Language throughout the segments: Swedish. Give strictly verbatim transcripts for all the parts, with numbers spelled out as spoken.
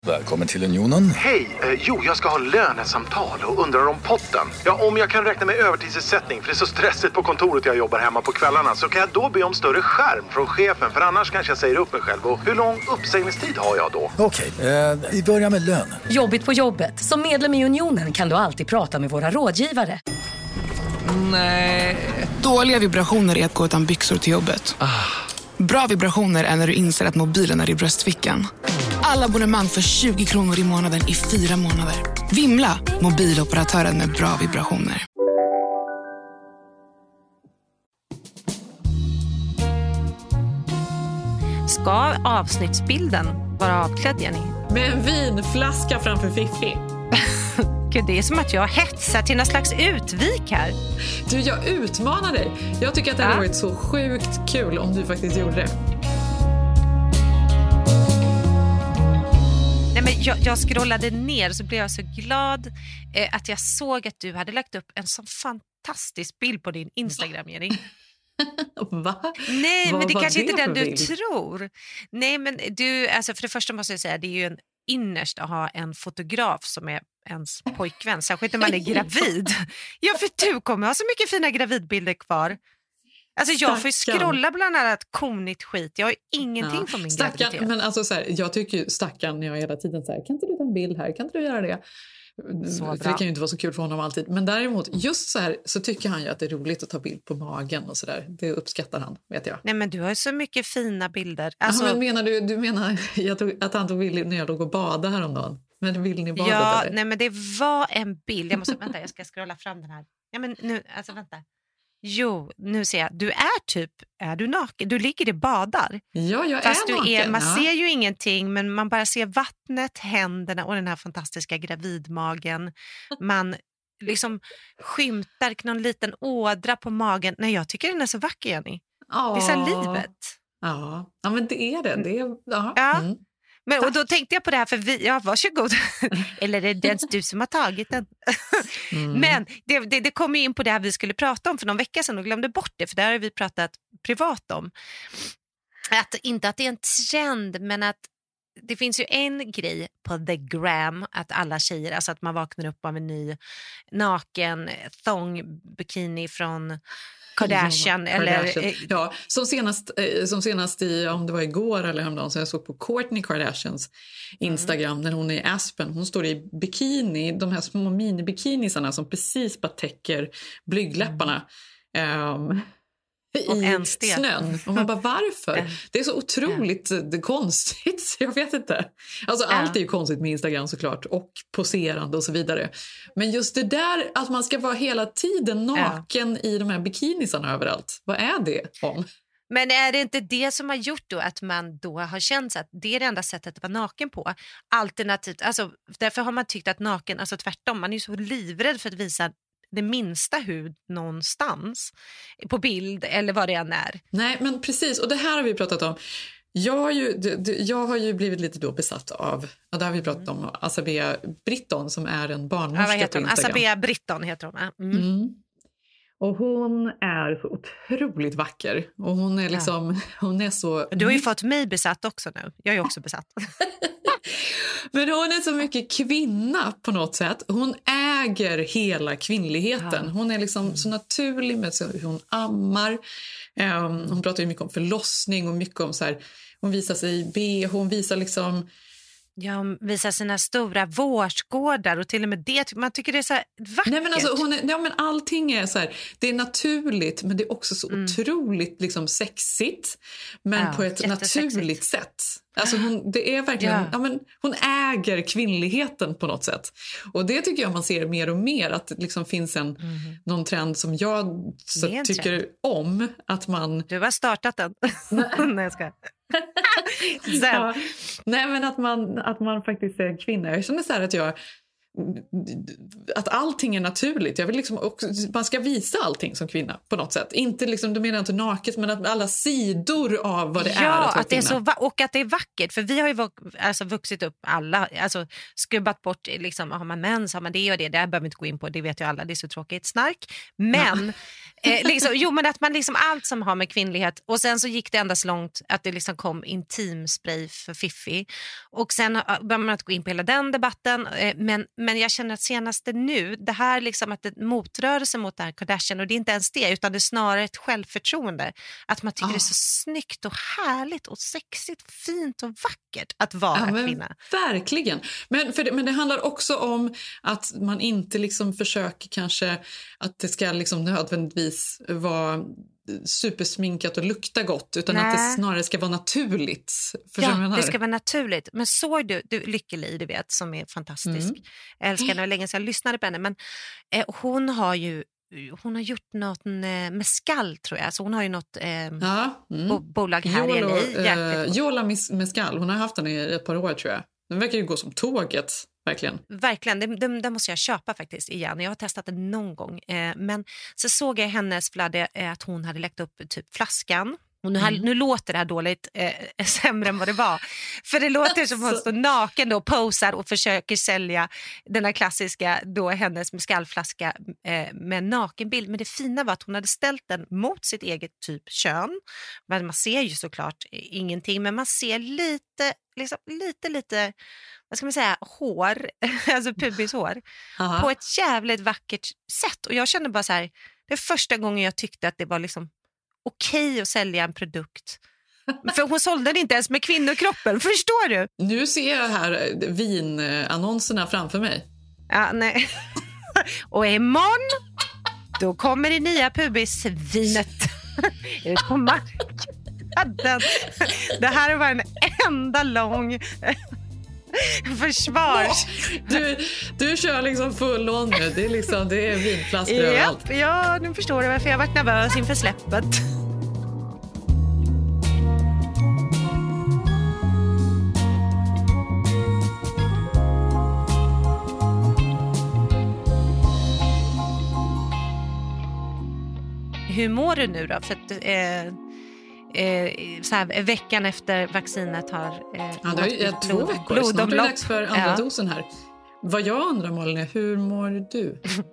Välkommen till Unionen. Hej, eh, jo jag ska ha lönesamtal och undrar om potten. Ja, om jag kan räkna med övertidsersättning för det är så stressigt på kontoret jag jobbar hemma på kvällarna, så kan jag då be om större skärm från chefen, för annars kanske jag säger upp mig själv. Och hur lång uppsägningstid har jag då? Okej, eh, vi börjar med lön. Jobbigt på jobbet. Som medlem i Unionen kan du alltid prata med våra rådgivare. Nej. Dåliga vibrationer är att gå utan byxor till jobbet. Ah. Bra vibrationer är när du inser att mobilen är i bröstfickan. Alla abonnemang för tjugo kronor i månaden i fyra månader. Vimla, mobiloperatören med bra vibrationer. Ska avsnittsbilden vara avklädd, Jenny? Med en vinflaska framför Fiffi. Gud, det är som att jag hetsar till någon slags utvik här. Du, jag utmanar dig. Jag tycker att det hade varit så sjukt kul om du faktiskt gjorde det. Nej, men jag, jag scrollade ner och så blev jag så glad eh, att jag såg att du hade lagt upp en sån fantastisk bild på din Instagram, Jenny. Va? Nej, Vad men det var kanske det inte är den för du bild? tror. Nej, men du, alltså för det första måste jag säga, det är ju en innerst att ha en fotograf som är ens pojkvän, särskilt när man är gravid. Ja, för du kommer ha så mycket fina gravidbilder kvar. Alltså jag får ju scrolla bland annat konigt skit. Jag har ju ingenting ja. på min stackarn, graviditet. Men alltså så här, jag tycker ju stackarn när jag hela tiden så här, kan inte du ta en bild här? Kan inte du göra det? För det kan ju inte vara så kul för honom alltid. Men däremot, just så här så tycker han ju att det är roligt att ta bild på magen och sådär. Det uppskattar han, vet jag. Nej, men du har ju så mycket fina bilder. Alltså... Aha, men menar du, du menar jag tog, att han tog bild när jag låg och badade häromdagen? Men vill ni badet ja, eller? Nej, men det var en bild. Jag måste, vänta, jag ska scrolla fram den här. Ja, men nu, alltså vänta. Jo, nu ser jag. Du är typ, är du naken? Du ligger i badar. Ja, jag Fast är du naken. Är, man ja. ser ju ingenting, men man bara ser vattnet, händerna och den här fantastiska gravidmagen. Man liksom skymtar någon liten ådra på magen. Nej, jag tycker den är så vacker, Jenny. Ja. Det är så livet. Ja. ja, men det är det. det är, ja. Ja. Mm. Men, och då tänkte jag på det här, för vi, ja, varsågod. Eller är det ens du som har tagit den? Mm. Men det, det, det kom ju in på det här vi skulle prata om för någon vecka sedan och glömde bort det, för där har vi pratat privat om. Att, inte att det är en trend, men att det finns ju en grej på the gram, att alla tjejer, alltså att man vaknar upp av en ny naken thong bikini från Kardashian, ja, eller Kardashian. Ja, som senast, som senast i, om det var igår eller häromdagen, så jag såg på Kourtney Kardashians Instagram mm. när hon är i Aspen. Hon står i bikini, de här små mini-bikinisarna som precis bara täcker blygdläpparna. Mm. Um, i snön. Och man bara, varför? Mm. Det är så otroligt mm. konstigt. Jag vet inte. Alltså mm. allt är ju konstigt med Instagram såklart. Och poserande och så vidare. Men just det där att man ska vara hela tiden naken mm. i de här bikinisarna överallt. Vad är det om? Men är det inte det som har gjort då att man då har känt att det är det enda sättet att vara naken på? Alternativt, alltså därför har man tyckt att naken, alltså tvärtom, man är ju så livrädd för att visa det minsta hud någonstans på bild eller vad det än är. Nej, men precis. Och det här har vi pratat om. Jag har ju, jag har ju blivit lite då besatt av, och där har vi pratat om Asabea Britton som är en barnmorska, ja, vad heter hon? på Instagram. Asabea Britton heter hon. Mm. Mm. Och hon är så otroligt vacker. Och hon är liksom, ja. hon är så... Du har ju fått mig besatt också nu. Jag är ju också besatt. Men hon är så mycket kvinna på något sätt. Hon äger hela kvinnligheten. Ja. Hon är liksom så naturlig med hur hon ammar. Um, hon pratar ju mycket om förlossning och mycket om så här, hon visar sig i B H, hon visar liksom... Ja, hon visar sina stora vårdsgårdar och till och med det, man tycker det är så här vackert. Nej, men alltså, hon är, ja, men allting är så här, det är naturligt men det är också så mm. otroligt liksom sexigt, men ja, på ett naturligt sätt. Alltså hon, det är verkligen, ja. Ja, men hon äger kvinnligheten på något sätt. Och det tycker jag man ser mer och mer, att det liksom finns en, mm. någon trend som jag så tycker trend. om att man... Du har startat den. Nej, jag ska. Ja. Nej, men att man, att man faktiskt är kvinna. Jag känner så här att jag att allting är naturligt. Jag vill liksom också, man ska visa allting som kvinna på något sätt. Inte liksom, du menar inte naket, men att alla sidor av vad det ja, är att vara att det är kvinna. så va- och att det är vackert. För vi har ju vux- alltså, vuxit upp alla, alltså skubbat bort, liksom, har man mens, har man det och det. Det här behöver vi inte gå in på, det vet ju alla, det är så tråkigt snark. Men, ja. eh, liksom, jo men att man liksom allt som har med kvinnlighet, och sen så gick det ända så långt att det liksom kom intimspray för fiffi. Och sen börjar man att gå in på hela den debatten. Eh, men, men jag känner att senaste nu, det här liksom att det motrörelse mot det här Kardashian, och det är inte ens det, utan det är snarare ett självförtroende. Att man tycker Ah. det är så snyggt och härligt och sexigt och fint och vackert att vara Ja, men kvinna. verkligen. Men, för det, men det handlar också om att man inte liksom försöker kanske att det ska liksom nödvändigtvis vara supersminkat och lukta gott, utan Nej. att det snarare ska vara naturligt. För Ja, det ska vara naturligt. Men såg du, du Lykkeli, du vet, som är fantastisk. Mm. Jag älskar henne, och länge sedan jag lyssnade på henne. Men eh, hon har ju hon har gjort något eh, med skall, tror jag. Så hon har ju något eh, Ja. Mm. bo- bolag här i L A. Yolo, Jäkligt. eh, Yola Mes- Mescal, hon har haft den i ett par år tror jag. Den verkar ju gå som tåget, verkligen. Verkligen, den, den, den måste jag köpa faktiskt igen. Jag har testat den någon gång. Eh, men så såg jag i hennes flöde eh, att hon hade läckt upp typ flaskan. Och nu, här, Mm. nu låter det här dåligt, eh, sämre än vad det var. För det låter som hon står naken då, posar och försöker sälja den här klassiska, då hennes mescalflaska eh, med en nakenbild. Men det fina var att hon hade ställt den mot sitt eget typ kön. Men man ser ju såklart ingenting, men man ser lite, liksom, lite, lite, vad ska man säga, hår, alltså pubishår, Aha. på ett jävligt vackert sätt. Och jag kände bara så här, det är första gången jag tyckte att det var liksom okej att sälja en produkt. För hon sålde det inte ens med kvinnokroppen, förstår du? Nu ser jag här vinannonserna framför mig. Ja, nej. Och imorgon, då kommer det nya pubisvinet ut på marknaden. Det här var en enda lång försvars... Du, du kör liksom full on nu. Det är, liksom, det är vinflaskor överallt. Japp, ja, nu förstår du varför jag varit nervös inför släppet. Hur mår du nu då? För att, eh, eh, så här, veckan efter vaccinet har... Eh, Ja, det är ju gått två blod- veckor. Snart är det blodomlopp. dags för andra Ja. dosen här. Vad jag undrar, Malin, är hur mår du?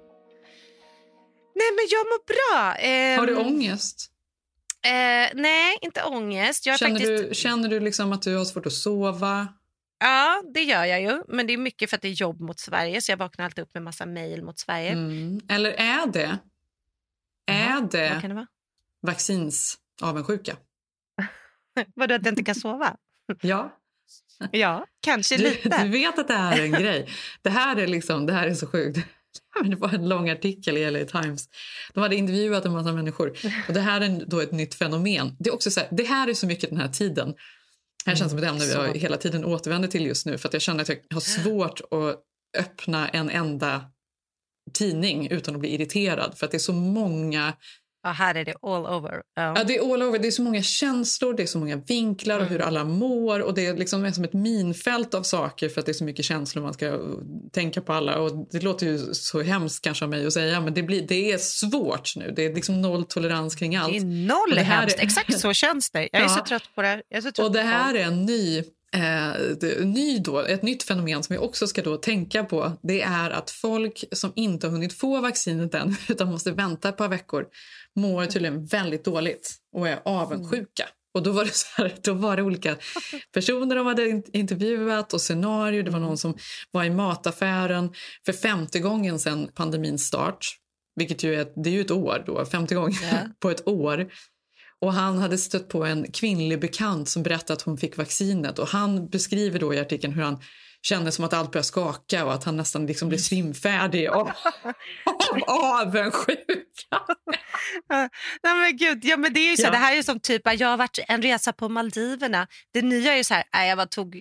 Nej, men jag mår bra. Eh, Har du ångest? Eh, nej, inte ångest. Jag är Känner, faktiskt... du, känner du liksom att du har svårt att sova? Ja, det gör jag ju. Men det är mycket för att det är jobb mot Sverige. Så jag vaknar alltid upp med massa mejl mot Sverige. Mm. Eller är det, är Vad det kan det vara? vaccinsavundsjuka? Vadå, att jag inte kan sova? Ja. Ja, kanske Du, lite. du vet att det här är en grej. Det här är, liksom, det här är så sjukt. Det var en lång artikel i L A Times. De hade intervjuat en massa människor. Och det här är då ett nytt fenomen. Det är också så här, det här är så mycket den här tiden. Det här känns som ett ämne vi har hela tiden återvänder till just nu. För att jag känner att jag har svårt att öppna en enda tidning utan att bli irriterad. För att det är så många... Ja, här är det all over. Ja. Ja, det är all over. Det är så många känslor, det är så många vinklar och hur alla mår. Och det är liksom som ett minfält av saker för att det är så mycket känslor man ska tänka på alla. Och det låter ju så hemskt kanske av mig att säga, men det, blir, det är svårt nu. Det är liksom noll tolerans kring allt. Det är noll det här hemskt. är- Exakt så känns det. Jag är Ja. så trött på det. Jag är så trött Och det på här folk. är en ny, eh, det- ny då, ett nytt fenomen som vi också ska då tänka på. Det är att folk som inte har hunnit få vaccinet än utan måste vänta ett par veckor mår tydligen väldigt dåligt och är avundsjuka. Och då var det så här, då var det olika personer de hade in- intervjuat och scenarier. Det var någon som var i mataffären för femte gången sedan pandemins start. Vilket ju är, det är ju ett år då, femte gången Ja. på ett år. Och han hade stött på en kvinnlig bekant som berättade att hon fick vaccinet. Och han beskriver då i artikeln hur han kände som att allt började skaka och att han nästan liksom blev svimfärdig av, av avundsjuka. Nej men gud, ja men det är ju så, Ja. det här är ju som typ, jag har varit en resa på Maldiverna. Det nya är ju så här, nej, jag bara tog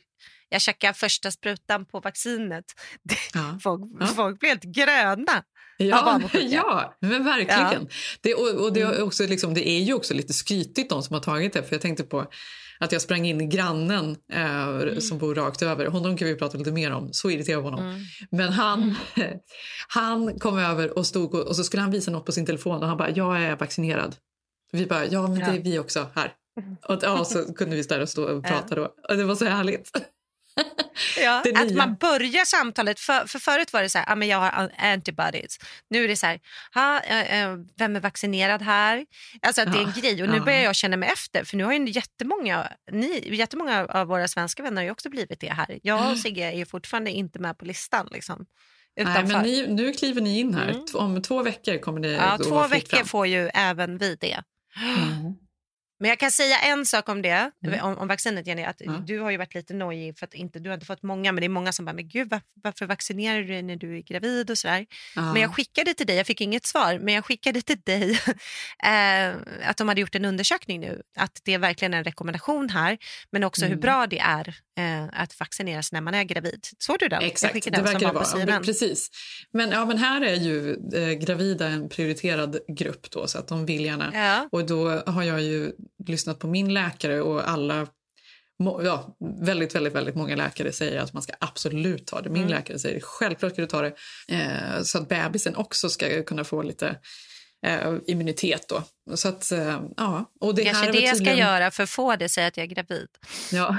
jag checkar första sprutan på vaccinet. Ja. folk, Ja. folk blir helt gröna. Ja, ja, men verkligen. Ja. Det, och och det, är också liksom, det är ju också lite skrytigt de som har tagit det. För jag tänkte på att jag sprang in i grannen eh, mm. som bor rakt över. Honom kan vi prata lite mer om. Så irriterar honom. Mm. Men han, mm. han kom över och stod och, och så skulle han visa något på sin telefon. Och han bara, jag är vaccinerad. Vi bara, ja men det är vi också här. Och, ja, och så kunde vi stå och stå och prata då. Och det var så härligt. Ja, att man börjar samtalet, för, för förut var det så här, ah, men jag har antibodies. Nu är det så här, ha, äh, vem är vaccinerad här? Alltså att ja, det är en grej, och nu ja. börjar jag känna mig efter, för nu har ju jättemånga, ni, jättemånga av våra svenska vänner har ju också blivit det här. Jag och Sigge är ju fortfarande inte med på listan liksom. Nej, men ni, nu kliver ni in här. Mm. Om två veckor kommer ni ja, då två vara veckor fram. Får ju även vi det. Mm. Men jag kan säga en sak om det, mm. om, om vaccinet, Jenny, att mm. du har ju varit lite nojig för att inte, du har inte fått många, men det är många som bara, men gud, varför, varför vaccinerar du dig när du är gravid och sådär. Mm. Men jag skickade till dig, jag fick inget svar, men jag skickade till dig eh, att de hade gjort en undersökning nu, att det är verkligen en rekommendation här, men också mm. hur bra det är eh, att vaccineras när man är gravid. Såg du den? Exakt, det verkar vara, ja, precis. Men, ja, men här är ju eh, gravida en prioriterad grupp då, så att de vill gärna, ja. Och då har jag ju lyssnat på min läkare och alla, ja, väldigt, väldigt, väldigt många läkare säger att man ska absolut ta det. Min mm. läkare säger självklart ska du ta det eh, så att bebisen också ska kunna få lite eh, immunitet då. Så att, eh, ja. Och det kanske här det jag tydligen... ska göra för att få det, säga att jag är gravid. Ja.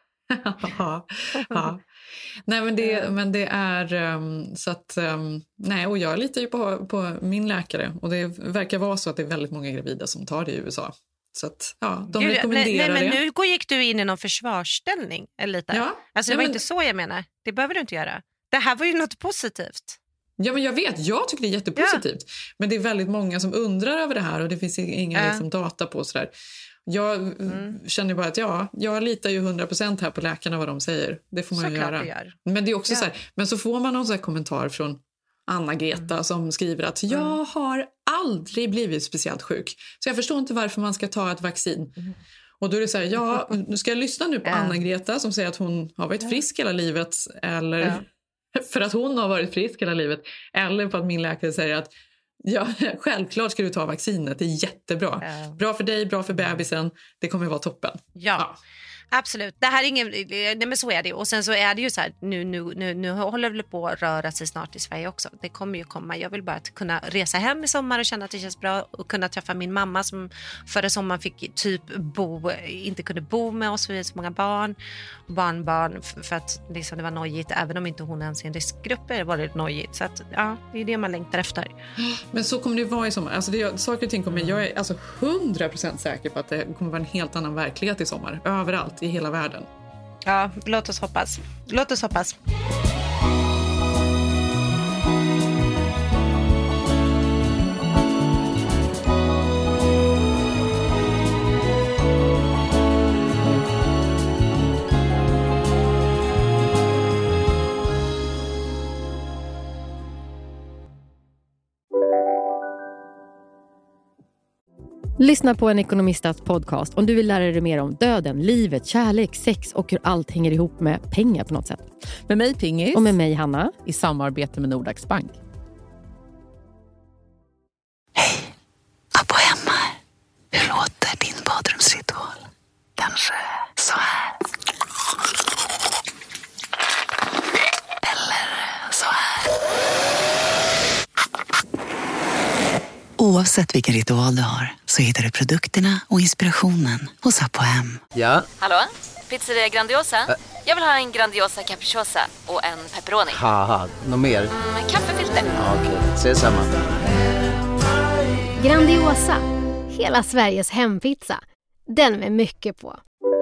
ja, ja. Nej, men det, men det är um, så att um, nej, och jag litar ju på, på min läkare, och det verkar vara så att det är väldigt många gravida som tar det i U S A. Så att, ja, de Gud, rekommenderar nej, men det. Nu gick du in i någon försvarsställning lite. Ja. Alltså det ja, var men... inte så jag menar. Det behöver du inte göra. Det här var ju något positivt. Ja, men jag vet. Jag tycker det är jättepositivt. Ja. Men det är väldigt många som undrar över det här, och det finns inga ja. liksom, data på sådär. Jag mm. känner bara att ja, jag litar ju hundra procent här på läkarna vad de säger. Det får man ju göra. Gör. Men det är också ja. så här, men så får man någon så här kommentar från Anna-Greta mm. som skriver att jag mm. har aldrig blivit speciellt sjuk. Så jag förstår inte varför man ska ta ett vaccin. Mm. Och då är det så här, ja, nu ska jag lyssna nu på ja. Anna-Greta som säger att hon har varit frisk hela livet, eller ja. för att hon har varit frisk hela livet, eller på att min läkare säger att ja, självklart ska du ta vaccinet, det är jättebra. Ja. Bra för dig, bra för bebisen, det kommer att vara toppen. Ja. ja. Absolut, det här är ingen, nej men så är det. Och sen så är det ju så här, nu, nu, nu, nu håller det på att röra sig snart i Sverige också. Det kommer ju komma, jag vill bara att kunna resa hem i sommar och känna att det känns bra, och kunna träffa min mamma som förra sommaren fick typ bo, inte kunde bo med oss, vi är så många barn och barnbarn, för att liksom det var nojigt, även om inte hon ens är en riskgrupp, var det nojigt. Så att ja, det är det man längtar efter. Men så kommer det vara i sommar, alltså det, saker och ting kommer, jag är alltså hundra procent säker på att det kommer vara en helt annan verklighet i sommar, överallt i hela världen. Ja, låt oss hoppas. Låt oss hoppas. Lyssna på en ekonomistas podcast om du vill lära dig mer om döden, livet, kärlek, sex och hur allt hänger ihop med pengar på något sätt. Med mig Pingis. Och med mig Hanna. I samarbete med Nordax Bank. Hej, Abbo hemma. Hur låter din badrumsritual? Kanske så här. Eller så här. Oavsett vilken ritual du har så hittar du produkterna och inspirationen hos Apohem. Ja? Hallå? Pizzeria Grandiosa? Ä Jag vill ha en Grandiosa capriciosa och en pepperoni. Haha, något mer? Mm, kaffefilter. Ja, okej, okay. Ses samma. Grandiosa, hela Sveriges hempizza. Den med mycket på.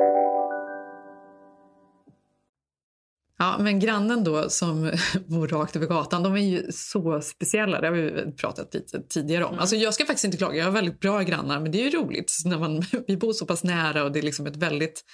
Ja, men grannen då som bor rakt över gatan, de är ju så speciella. Det har vi pratat lite tidigare om. Mm. Alltså jag ska faktiskt inte klaga, jag har väldigt bra grannar, men det är ju roligt när man, vi bor så pass nära och det är liksom ett väldigt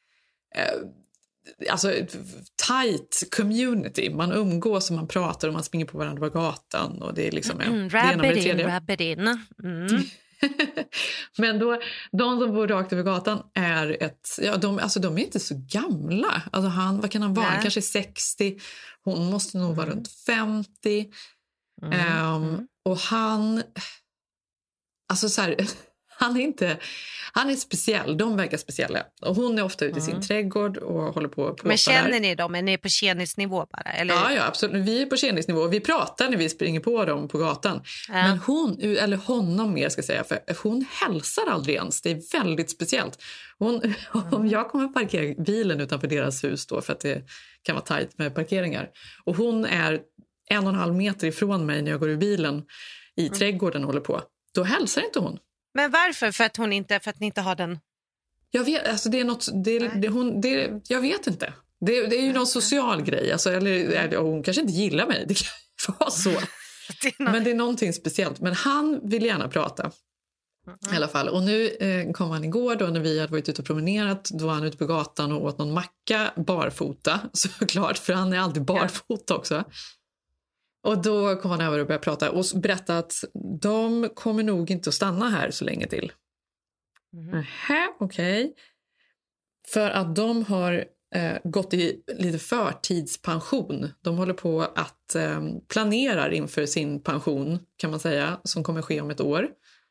eh, alltså ett tight community. Man umgås och man pratar och man springer på varandra på gatan och det är liksom mm, det ena med det tredje. tredje. Rabbit in, mm. Men då, de som bor rakt över gatan är ett, ja, de, alltså de är inte så gamla. Alltså han, vad kan han vara? Han kanske är sextio. Hon måste nog vara mm. runt femtio. Mm. Um, mm. Och han, alltså så här, han är inte, han är speciell. De verkar speciella. Och hon är ofta ute i sin mm. trädgård och håller på att plåta. Men känner där. ni dem? Är ni på tjenisnivå bara? Eller? Ja, ja, absolut. Vi är på tjenisnivå. Vi pratar när vi springer på dem på gatan. Ja. Men hon, eller honom mer ska jag säga, för hon hälsar aldrig ens. Det är väldigt speciellt. Hon, mm. Om jag kommer parkera bilen utanför deras hus då, för att det kan vara tajt med parkeringar. Och hon är en och en halv meter ifrån mig när jag går ur bilen i mm. trädgården och håller på. Då hälsar inte hon. Men varför? För att hon inte, för att ni inte har den... Jag vet, alltså det är något, det, det, hon, det, jag vet inte. Det, det är ju någon social grej. Alltså, eller, eller hon kanske inte gillar mig, det kan vara så. det är någon... Men det är någonting speciellt. Men han vill gärna prata. Mm. I alla fall. Och nu eh, kom han igår då när vi hade varit ute och promenerat. Då var han ute på gatan och åt någon macka barfota. Såklart, för han är alltid barfota också. Och då kom han över och började prata och berätta att de kommer nog inte att stanna här så länge till. Mm. Nähä, okej. Okay. För att de har eh, gått i lite förtidspension. De håller på att eh, planera inför sin pension, kan man säga, som kommer ske om ett år.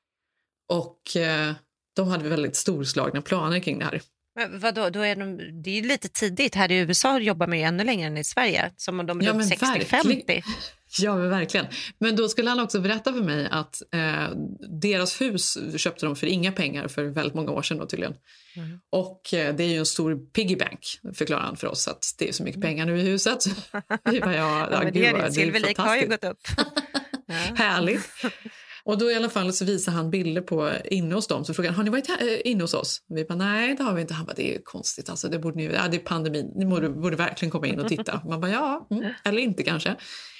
Och eh, de hade väldigt storslagna planer kring det här. Men vadå, då är de, det är ju lite tidigt. Här i U S A jobbar man ju ännu längre än i Sverige. Som om de är ja, runt sextio femtio. Ja, men verkligen. Men då skulle han också berätta för mig att eh, deras hus köpte de för inga pengar för väldigt många år sedan då tydligen. Mm. Och eh, det är ju en stor piggybank, förklarar han för oss, att det är så mycket pengar nu i huset. Vi bara, ja, ja, men gud, det är det, det. Silverlik har ju gått upp. Ja. Härligt. Och då i alla fall så visar han bilder på inne hos dem. Så frågar han, har ni varit här, inne hos oss? Och vi bara, nej det har vi inte. Han bara, det är konstigt. Alltså, det, borde ni, ja, det är pandemin. Ni borde, borde verkligen komma in och titta. Man bara, ja, mm, eller inte kanske.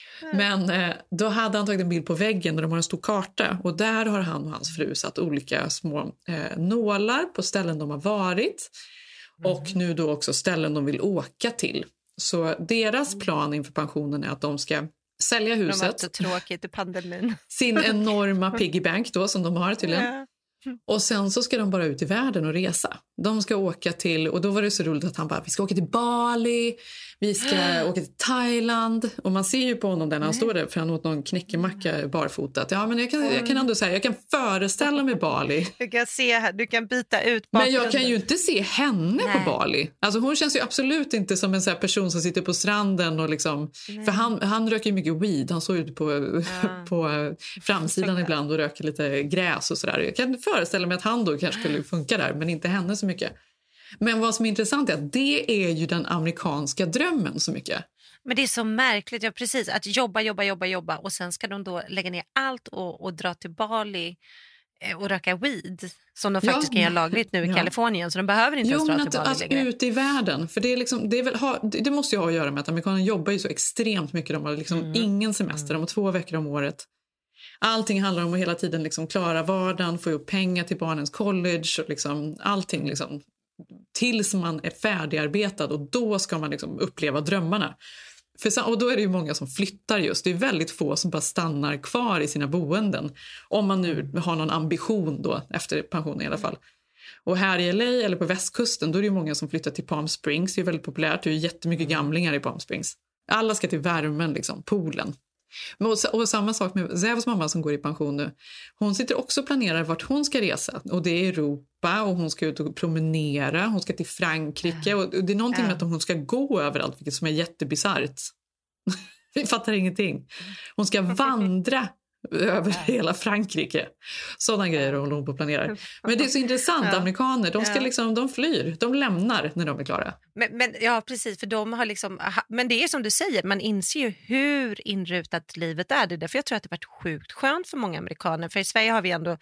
Men eh, då hade han tagit en bild på väggen där de har en stor karta. Och där har han och hans fru satt olika små eh, nålar på ställen de har varit. Och mm. nu då också ställen de vill åka till. Så deras plan inför pensionen är att de ska sälja huset. De var så tråkigt i pandemin. Sin enorma piggybank då som de har tydligen. Ja. Och sen så ska de bara ut i världen och resa. De ska åka till, och då var det så roligt att han bara, vi ska åka till Bali, vi ska åka till Thailand. Och man ser ju på honom där när han står där, för han åt någon knäckemacka barfotat. Ja, men jag kan, jag kan ändå säga, jag kan föreställa mig Bali. Du kan se här, du kan byta ut bakgrunden. Men jag kan ju inte se henne Nej. på Bali. Alltså hon känns ju absolut inte som en sån här person som sitter på stranden och liksom, Nej. för han, han röker ju mycket weed. Han står ut på, ja. på framsidan ibland och röker lite gräs och sådär. Jag kan föreställa mig att han då kanske skulle funka där, men inte henne så mycket. Men vad som är intressant är att det är ju den amerikanska drömmen så mycket. Men det är så märkligt, ja precis, att jobba, jobba, jobba, jobba och sen ska de då lägga ner allt och, och dra till Bali och röka weed som de faktiskt ja, kan göra lagligt nu i ja. Kalifornien, så de behöver inte ens dra till Bali längre. Jo, men att ut i världen, för det, är liksom, det, är väl, ha, det måste ju ha att göra med att amerikanerna jobbar ju så extremt mycket, de har liksom mm. ingen semester, de har två veckor om året. Allting handlar om att hela tiden liksom klara vardagen, få upp pengar till barnens college och liksom allting liksom, tills man är färdigarbetad, och då ska man liksom uppleva drömmarna. För, och då är det ju många som flyttar just. Det är väldigt få som bara stannar kvar i sina boenden. Om man nu har någon ambition då efter pensionen i alla fall. Och här i L A eller på västkusten, då är det ju många som flyttar till Palm Springs. Det är väldigt populärt. Det är ju jättemycket gamlingar i Palm Springs. Alla ska till värmen, liksom, poolen. Och, och samma sak med Zevs mamma som går i pension nu. Hon sitter också och planerar vart hon ska resa. Och det är Europa, och hon ska ut och promenera. Hon ska till Frankrike. Och det är någonting med att hon ska gå överallt, vilket som är jättebisarrt. Vi fattar ingenting. Hon ska vandra över hela Frankrike. Sådana grejer håller hon på att planera. Men det är så intressant, ja. Amerikaner, de, ska liksom, de flyr, de lämnar när de är klara. Men, men, ja, precis, för de har liksom, men det är som du säger, man inser ju hur inrutat livet är. Det är därför jag tror att det har varit sjukt skönt för många amerikaner. För i Sverige har vi ändå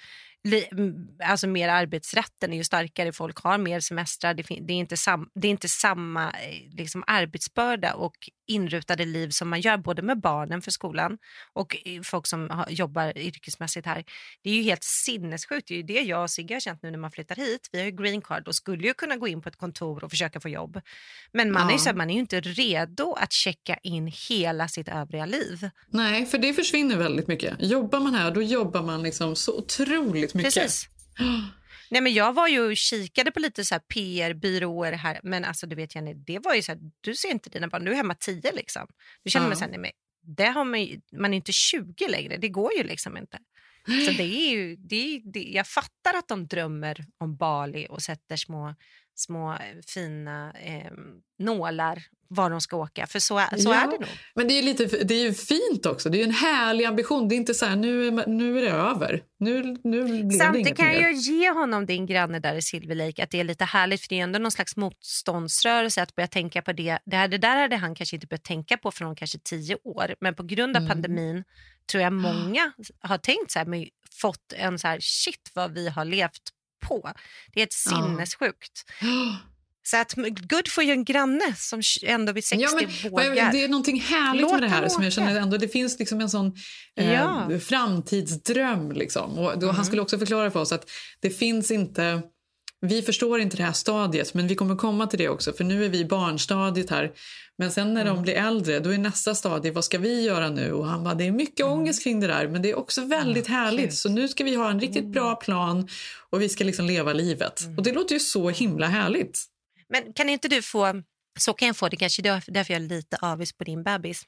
alltså mer arbetsrätten är ju starkare, folk har mer semestrar, det, det, är, inte sam, det är inte samma liksom, arbetsbörda och inrutade liv som man gör både med barnen för skolan och folk som har, jobbar yrkesmässigt här. Det är ju helt sinnessjukt, det är ju det jag och Sigge har känt nu när man flyttar hit. Vi har ju green card och skulle ju kunna gå in på ett kontor och försöka få jobb. Men man, ja. är, så, man är ju inte redo att checka in hela sitt övriga liv. Nej, för det försvinner väldigt mycket. Jobbar man här, då jobbar man liksom så otroligt väldigt mycket. Precis. Nej, men jag var ju och kikade på lite så här P R-byråer här, men alltså du vet Jenny, det var ju så här, du ser inte dina barn, du är hemma tio liksom. Du känner ja. mig så här, nej men det har man ju, man är inte tjugo längre, det går ju liksom inte. Så det är ju, det är, det, jag fattar att de drömmer om Bali och sätter små, små fina eh, nålar var de ska åka, för så, så ja, är det nog. Men det är, lite, det är ju fint också, det är ju en härlig ambition, det är inte så här, nu är, nu är det över, nu, nu blir Samtidigt det inget kan mer. jag ge honom, din granne där i Silver Lake, att det är lite härligt, för det är ändå någon slags motståndsrörelse att börja tänka på det. Det, här, det där hade han kanske inte börjat tänka på från kanske tio år, men på grund av mm. pandemin tror jag många har tänkt så här, men fått en så här, shit vad vi har levt på. Det är ett sinnessjukt. Ja. Så att good for en granne som ändå vid sextio ja, men, vågar. Det är någonting härligt Låt med det här som åka. Jag känner ändå, det finns liksom en sån eh, ja. framtidsdröm liksom. Och då, mm. han skulle också förklara för oss att det finns inte, vi förstår inte det här stadiet, men vi kommer komma till det också, för nu är vi i barnstadiet här. Men sen när mm. de blir äldre, då är nästa stadie, vad ska vi göra nu? Och han bara, det är mycket mm. ångest kring det där, men det är också väldigt mm. härligt. Cute. Så nu ska vi ha en riktigt mm. bra plan och vi ska liksom leva livet. Mm. Och det låter ju så himla härligt. Men kan inte du få, så kan jag få det kanske, därför jag är lite avis på din bebis.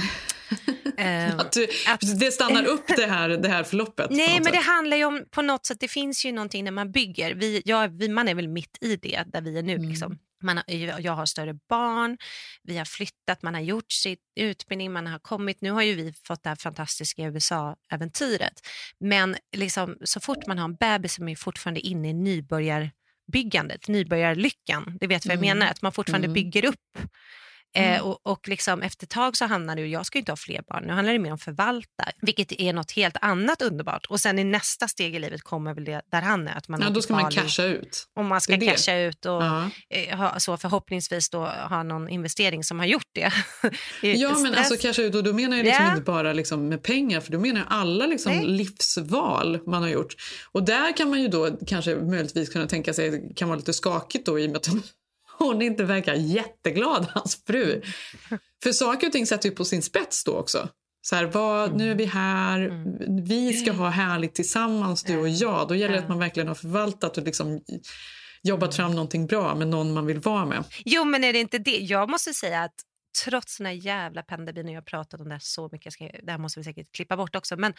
um, att, du, att det stannar upp det här, det här förloppet. Nej, men sätt. Det handlar ju om på något sätt, det finns ju någonting när man bygger. Vi, ja, vi, man är väl mitt i det där vi är nu. Mm. Liksom. Man har, jag har större barn, vi har flyttat, man har gjort sin utbildning, man har kommit. Nu har ju vi fått det här fantastiska U S A-äventyret. Men liksom, så fort man har en bebis som är fortfarande inne i nybörjar byggandet, nybörjarlyckan, det vet vad jag mm. menar, att man fortfarande mm. bygger upp mm. eh, och, och liksom efter ett tag så handlar det ju, jag ska inte ha fler barn, nu handlar det mer om förvalta, vilket är något helt annat underbart, och sen i nästa steg i livet kommer väl det där han är, att man ja, då ska man casha ut, och man ska casha ut och ja. eh, ha, så förhoppningsvis då ha någon investering som har gjort det. Ja, men alltså casha ut, och då menar jag liksom yeah. inte bara liksom med pengar, för då menar jag alla liksom livsval man har gjort, och där kan man ju då kanske möjligtvis kunna tänka sig, kan vara lite skakigt då i och med att hon inte verkar jätteglad, hans fru. För saker och ting sätter ju på sin spets då också. Så här, vad, mm. nu är vi här, mm. vi ska ha härligt tillsammans, du och jag. Då gäller det att man verkligen har förvaltat och liksom jobbat fram någonting bra med någon man vill vara med. Jo, men är det inte det? Jag måste säga att trots den här jävla pandemin, och jag har pratat om det här så mycket, jag ska, det här måste vi säkert klippa bort också, men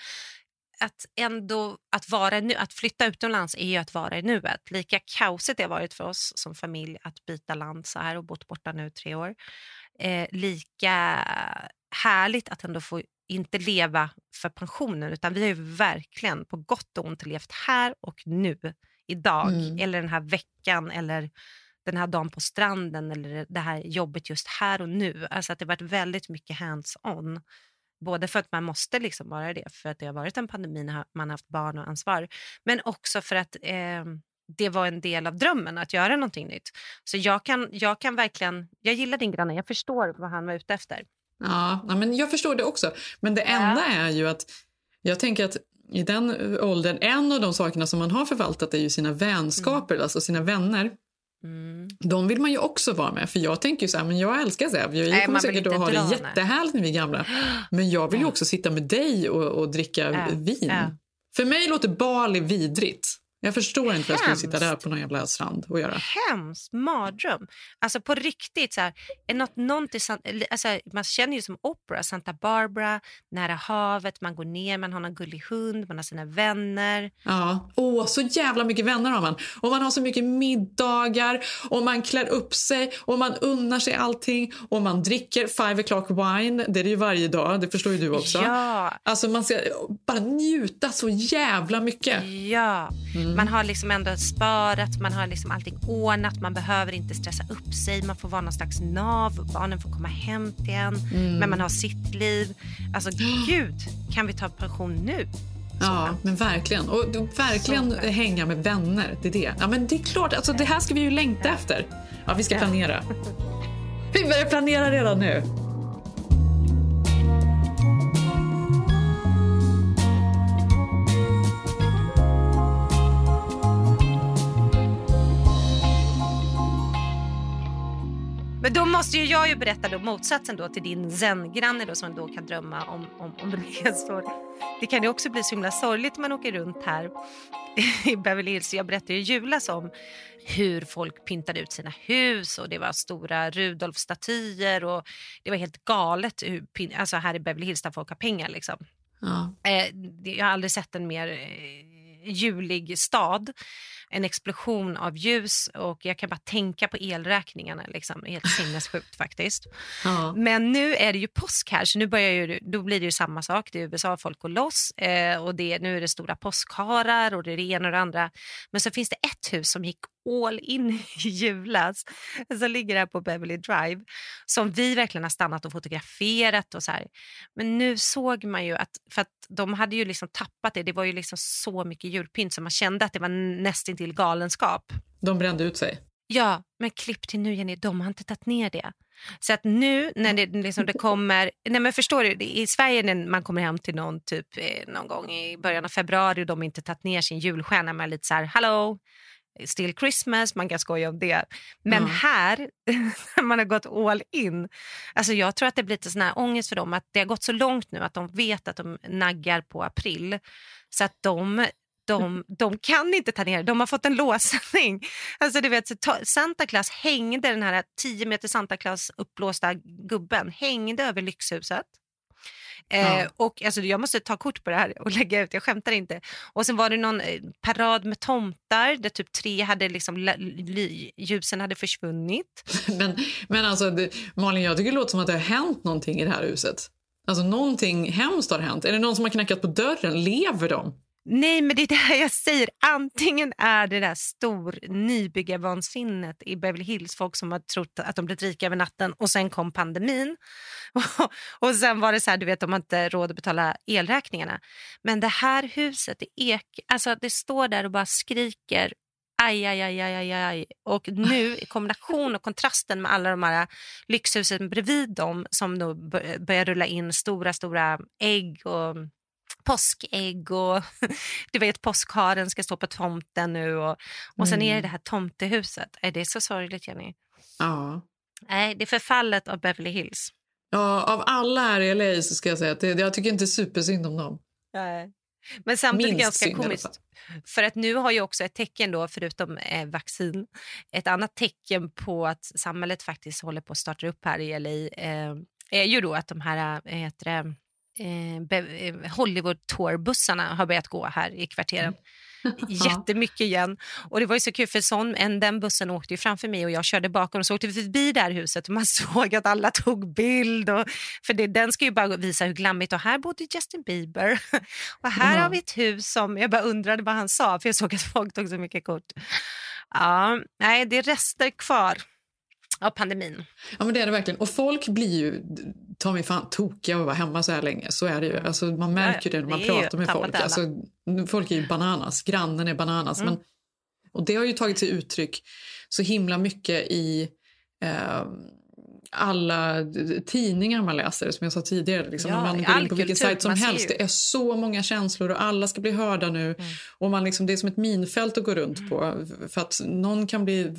att ändå att vara nu, att flytta utomlands är ju att vara i nuet. Lika kaosigt det har varit för oss som familj att byta land så här och bott borta nu tre år. Eh, lika härligt att ändå få inte leva för pensionen, utan vi har ju verkligen på gott och ont levt här och nu, idag, mm. eller den här veckan, eller den här dagen på stranden, eller det här jobbet just här och nu. Alltså att det har varit väldigt mycket hands-on. Både för att man måste liksom vara det, för att det har varit en pandemi när man har haft barn och ansvar. Men också för att eh, det var en del av drömmen att göra någonting nytt. Så jag kan, jag kan verkligen, jag gillar din granne, jag förstår vad han var ute efter. Ja, men jag förstår det också. Men det enda ja. är ju att, jag tänker att i den åldern, en av de sakerna som man har förvaltat är ju sina vänskaper, mm. alltså sina vänner. Mm. De vill man ju också vara med. För jag tänker ju så här, men jag älskar Zeb. Jag Nej, kommer säkert att ha det jättehärligt när vi är gamla. Men jag vill ju också sitta med dig och, och dricka äh, vin äh. För mig låter Bali vidrigt. Jag förstår inte vad jag skulle sitta där på någon jävla strand och göra. Hemskt, mardröm. Alltså på riktigt så här, är något, någonting, alltså, man känner ju som opera, Santa Barbara, nära havet, man går ner, man har en gullig hund, man har sina vänner. Ja, åh, så jävla mycket vänner har man. Och man har så mycket middagar, och man klär upp sig, och man unnar sig allting, och man dricker five o'clock wine, det är det ju varje dag, det förstår ju du också. Ja. Alltså man ska bara njuta så jävla mycket. Ja, mm. Man har liksom ändå sparat, man har liksom allting ordnat, man behöver inte stressa upp sig, man får vara någon slags nav, barnen får komma hem till en, mm. men man har sitt liv. Alltså gud, kan vi ta pension nu? Så ja, sant. Men verkligen. Och verkligen hänga med vänner, det är det. Ja, men det är klart, alltså det här ska vi ju längta ja. efter. Ja, vi ska planera. Vi börjar planera redan nu. Men då måste ju jag ju berätta då motsatsen då till din zen-granne då, som då kan drömma om, om, om resor. Det kan ju också bli så himla sorgligt när man åker runt här i Beverly Hills. Jag berättade ju julas om hur folk pyntade ut sina hus och det var stora Rudolf-statyer och det var helt galet hur, alltså här i Beverly Hills där folk har pengar liksom. Ja. Eh, jag har aldrig sett en mer eh, julig stad. En explosion av ljus och jag kan bara tänka på elräkningarna liksom, helt sinnessjukt faktiskt. Ja. Men nu är det ju påsk här så nu börjar ju, då blir det ju samma sak. Det är U S A, folk går loss eh, och det, nu är det stora påskharar och det är det ena och det andra. Men så finns det ett hus som gick all in i julas som ligger här på Beverly Drive som vi verkligen har stannat och fotograferat och så här. Men nu såg man ju att, för att de hade ju liksom tappat det, det var ju liksom så mycket julpynt som man kände att det var nästan till galenskap. De brände ut sig. Ja, men klipp till nu Jenny, de har inte tagit ner det. Så att nu när det, liksom det kommer, nej men förstår du, i Sverige när man kommer hem till någon typ eh, någon gång i början av februari och de har inte tagit ner sin julstjärna, man är lite så här, hallå, still Christmas, man kan skoja om det. Men mm. här, man har gått all in. Alltså jag tror att det blir lite sån här ångest för dem att det har gått så långt nu att de vet att de naggar på april. Så att de, de, de kan inte ta ner det. De har fått en låsning. Alltså du vet, Santa Claus hängde, den här tio meter Santa Claus uppblåsta gubben hängde över lyxhuset. Ja. Eh, och alltså, jag måste ta kort på det här och lägga ut, jag skämtar inte. Och sen var det någon eh, parad med tomtar där typ tre hade liksom l- l- ljusen hade försvunnit. Men, men alltså det, Malin, jag tycker det låter som att det har hänt någonting i det här huset. Alltså någonting hemskt har hänt. Är det någon som har knackat på dörren? Lever de? Nej, men det är det här jag säger. Antingen är det där stor nybyggarvansinnet i Beverly Hills, folk som har trott att de blivit rika över natten och sen kom pandemin. Och, och sen var det så här, du vet, de har inte råd att betala elräkningarna. Men det här huset, det ek, alltså det står där och bara skriker aj, aj, aj, aj, aj. Och nu i kombination och kontrasten med alla de här lyxhusen bredvid dem som nu börjar rulla in stora, stora ägg och påskägg och du vet påskharen ska stå på tomten nu och, och sen är det det här tomtehuset. Är det så sorgligt, Jenny? Ja. Nej, det är förfallet av Beverly Hills. Ja, av alla här i L A så ska jag säga att det, jag tycker inte supersynd om dem. Nej. Men samtidigt Minst ganska synd, komiskt. För att nu har ju också ett tecken då, förutom eh, vaccin, ett annat tecken på att samhället faktiskt håller på att starta upp här i L A eh, är ju då att de här äh, heter det, eh, Hollywood Tour-bussarna har börjat gå här i kvarteren. Jättemycket igen. Och det var ju så kul för sån, en, den bussen åkte ju framför mig och jag körde bakom och så åkte vi förbi det här huset och man såg att alla tog bild och, för det, den ska ju bara visa hur glammigt och här bodde Justin Bieber och här mm. har vi ett hus som jag bara undrade vad han sa för jag såg att folk tog så mycket kort. Ja, nej, det är rester kvar av pandemin. Ja, men det är det verkligen. Och folk blir ju, ta mig fan, tokiga och vara hemma så här länge. Så är det ju. Alltså, man märker ja, det när man det pratar med folk. Alltså, folk är ju bananas. Grannen är bananas. Mm. Men, och det har ju tagit sig uttryck så himla mycket i eh, alla tidningar man läser. Som jag sa tidigare. Liksom, ja, när man går in på vilken kultur, sajt som helst. Det är så många känslor och alla ska bli hörda nu. Mm. Och man liksom, det är som ett minfält att gå runt mm. på. För att någon kan bli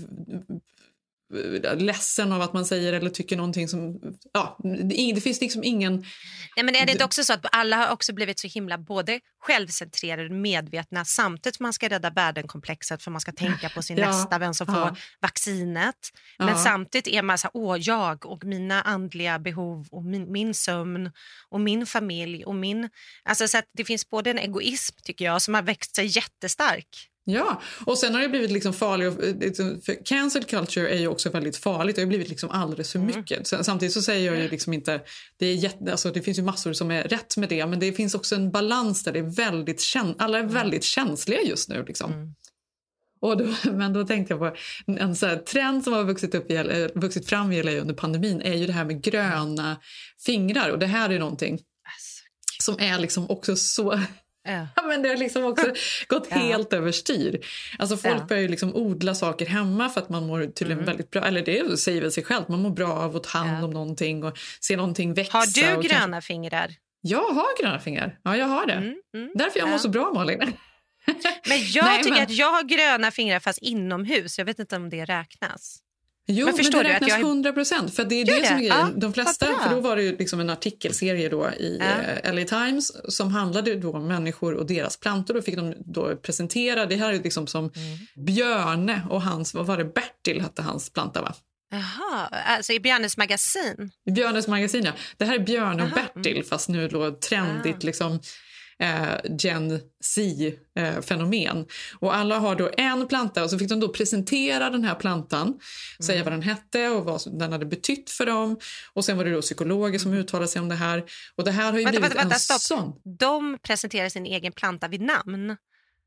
ledsen av att man säger eller tycker någonting som, ja, det, det finns liksom ingen. Nej, men är det inte också så att alla har också blivit så himla både självcentrerade och medvetna samtidigt som man ska rädda värdenkomplexet för man ska tänka på sin ja, nästa, vem som ja. får vaccinet. Men ja. samtidigt är man så här, åh, jag och mina andliga behov och min, min sömn och min familj och min, alltså så att det finns både en egoism tycker jag som har växt sig jättestark. Ja, och sen har det blivit liksom farligt, för cancel culture är ju också väldigt farligt, det har blivit liksom alldeles för mycket. Mm. Samtidigt så säger jag ju liksom inte, det, är jätte, alltså det finns ju massor som är rätt med det, men det finns också en balans där det är väldigt, käns- alla är väldigt känsliga just nu liksom. Mm. Och då, men då tänkte jag på en så här trend som har vuxit, upp i, vuxit fram i L A under pandemin är ju det här med gröna fingrar, och det här är någonting som är liksom också så... Ja. Men det har liksom också gått ja. helt överstyr. Alltså folk ja. börjar ju liksom odla saker hemma för att man mår tydligen mm. väldigt bra, eller det säger väl sig själv, man mår bra av att ta hand ja. om någonting och se någonting växa. Har du gröna kanske... fingrar? Jag har gröna fingrar, ja jag har det. Mm. Mm. Därför jag ja. mår så bra, Malin. Men jag Nej, tycker men... att jag har gröna fingrar fast inomhus, jag vet inte om det räknas. Jo, men, men det räknas jag... hundra procent. För det är det, det som är grejen. Ja, de flesta, för då var det ju liksom en artikelserie då i ja. eh, L A Times som handlade då om människor och deras plantor. Då fick de då presentera, det här är liksom som mm. Björne och hans, vad var det, Bertil hette hans planta va? Jaha, alltså i Björnes magasin? I Björnes magasin, ja. Det här är Björne och Aha. Bertil, fast nu då trendigt ah. liksom eh, Gen Z-fenomen. Eh, och alla har då en planta och så fick de då presentera den här plantan, mm. säga vad den hette och vad den hade betytt för dem. Och sen var det då psykologer som uttalade sig om det här. Och det här har ju vänta, blivit vänta, vänta, en stopp. sån. De presenterade sin egen planta vid namn.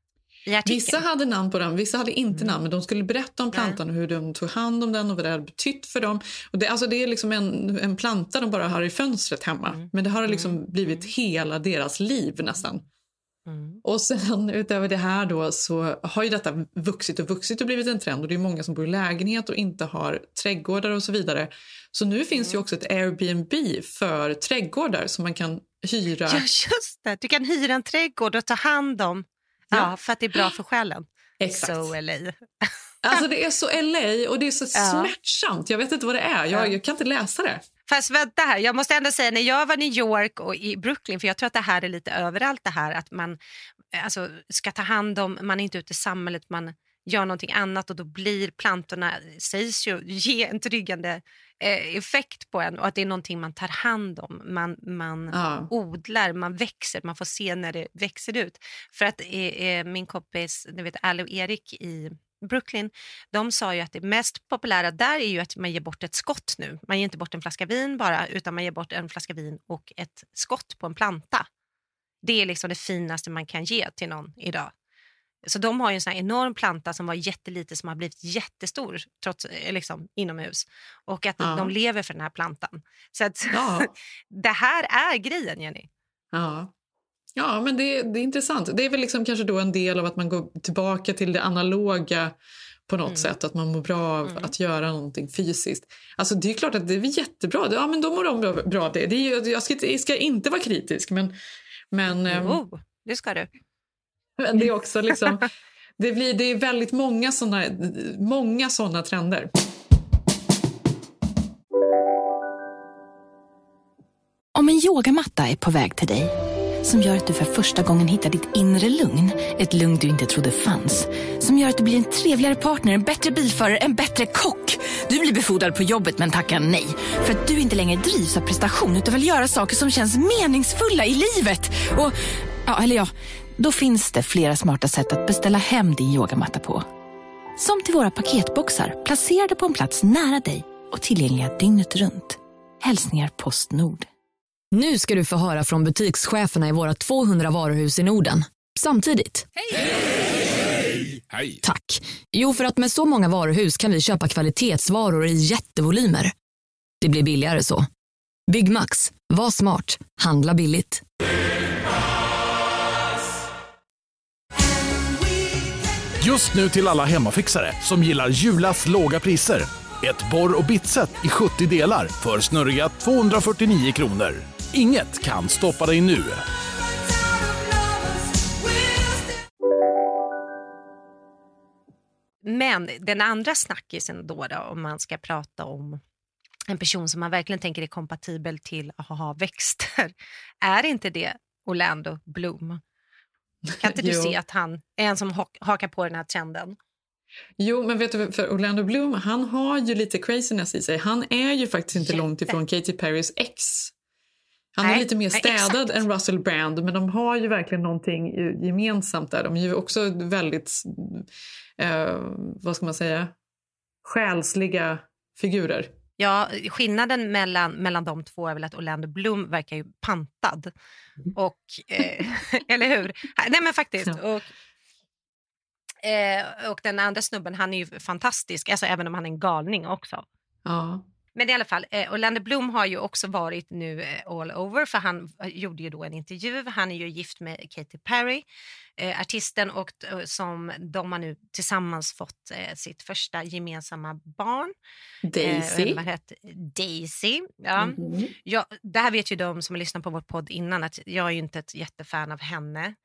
Vissa hade namn på den, vissa hade inte mm. namn, men de skulle berätta om plantan och hur de tog hand om den och vad det hade betytt för dem. Och det, alltså det är liksom en, en planta de bara har i fönstret hemma, mm. men det har liksom mm. blivit hela deras liv nästan. Mm. Och sen utöver det här då så har ju detta vuxit och vuxit och blivit en trend, och det är många som bor i lägenhet och inte har trädgårdar och så vidare. Så nu finns mm. ju också ett Airbnb för trädgårdar som man kan hyra. Ja, just det. Du kan hyra en trädgård och ta hand om. Ja, ja, för att det är bra för själen. Exakt. Så L A. Alltså det är så L A och det är så ja. smärtsamt. Jag vet inte vad det är. Jag, jag kan inte läsa det. Fast vänta här, jag måste ändå säga när jag var i New York och i Brooklyn, för jag tror att det här är lite överallt det här att man alltså, ska ta hand om, man är inte ute i samhället, man gör någonting annat och då blir plantorna, sägs ju, ge en tryggande eh, effekt på en och att det är någonting man tar hand om, man, man ja. odlar, man växer, man får se när det växer ut. För att eh, min kompis, ni vet Al och Erik i Brooklyn, de sa ju att det mest populära där är ju att man ger bort ett skott nu. Man ger inte bort en flaska vin bara, utan man ger bort en flaska vin och ett skott på en planta. Det är liksom det finaste man kan ge till någon idag. Så de har ju en sån här enorm planta som var jättelite som har blivit jättestor trots, liksom, inomhus. Och att ja. de lever för den här plantan. Så att ja. det här är grejen, Jenny. Ja. Ja, men det, det är intressant. Det är väl liksom kanske då en del av att man går tillbaka till det analoga på något mm. sätt. Att man mår bra av mm. att göra någonting fysiskt. Alltså det är klart att det är jättebra. Ja, men då mår de bra, bra av det. det är ju, jag, ska, jag ska inte vara kritisk, men... men jo, det ska du. Men det är också liksom... det, blir, det är väldigt många såna, många såna trender. Om en yogamatta är på väg till dig, som gör att du för första gången hittar ditt inre lugn, ett lugn du inte trodde fanns, som gör att du blir en trevligare partner, en bättre bilförare, en bättre kock. Du blir befordrad på jobbet men tackar nej, för att du inte längre drivs av prestation utan vill göra saker som känns meningsfulla i livet. Och, ja, eller ja, då finns det flera smarta sätt att beställa hem din yogamatta på. Som till våra paketboxar, placerade på en plats nära dig och tillgängliga dygnet runt. Hälsningar Postnord. Nu ska du få höra från butikscheferna i våra tvåhundra varuhus i Norden. Samtidigt. Hej! Hej! Hej! Tack. Jo, för att med så många varuhus kan vi köpa kvalitetsvaror i jättevolymer. Det blir billigare så. Byggmax. Var smart. Handla billigt. Just nu till alla hemmafixare som gillar Julas låga priser. Ett borr- och bitset i sjuttio delar för snurriga tvåhundrafyrtionio kronor. Inget kan stoppa dig nu. Men den andra snackisen då, då om man ska prata om en person som man verkligen tänker är kompatibel till att ha växter. Är inte det Orlando Bloom? Kan inte du se att han är en som hakar på den här trenden? Jo, men vet du, för Orlando Bloom, han har ju lite craziness i sig. Han är ju faktiskt inte Jätte. långt ifrån Katy Perrys ex. Han nej, är lite mer städad nej, än Russell Brand, men de har ju verkligen någonting gemensamt där. De är ju också väldigt, eh, vad ska man säga, själsliga figurer. Ja, skillnaden mellan, mellan de två är väl att Orlando Bloom verkar ju pantad. Och, eh, eller hur? Nej, men faktiskt. Ja. Och, eh, och den andra snubben, han är ju fantastisk. Alltså även om han är en galning också. Ja. Men i alla fall, eh, Orlando Bloom har ju också varit nu eh, all over. För han gjorde ju då en intervju. Han är ju gift med Katy Perry, eh, artisten. Och eh, som de har nu tillsammans fått eh, sitt första gemensamma barn. Daisy. Eh, heter, Daisy, ja. Mm-hmm. ja. Det här vet ju de som har lyssnat på vår podd innan. Att jag är ju inte ett jättefan av henne.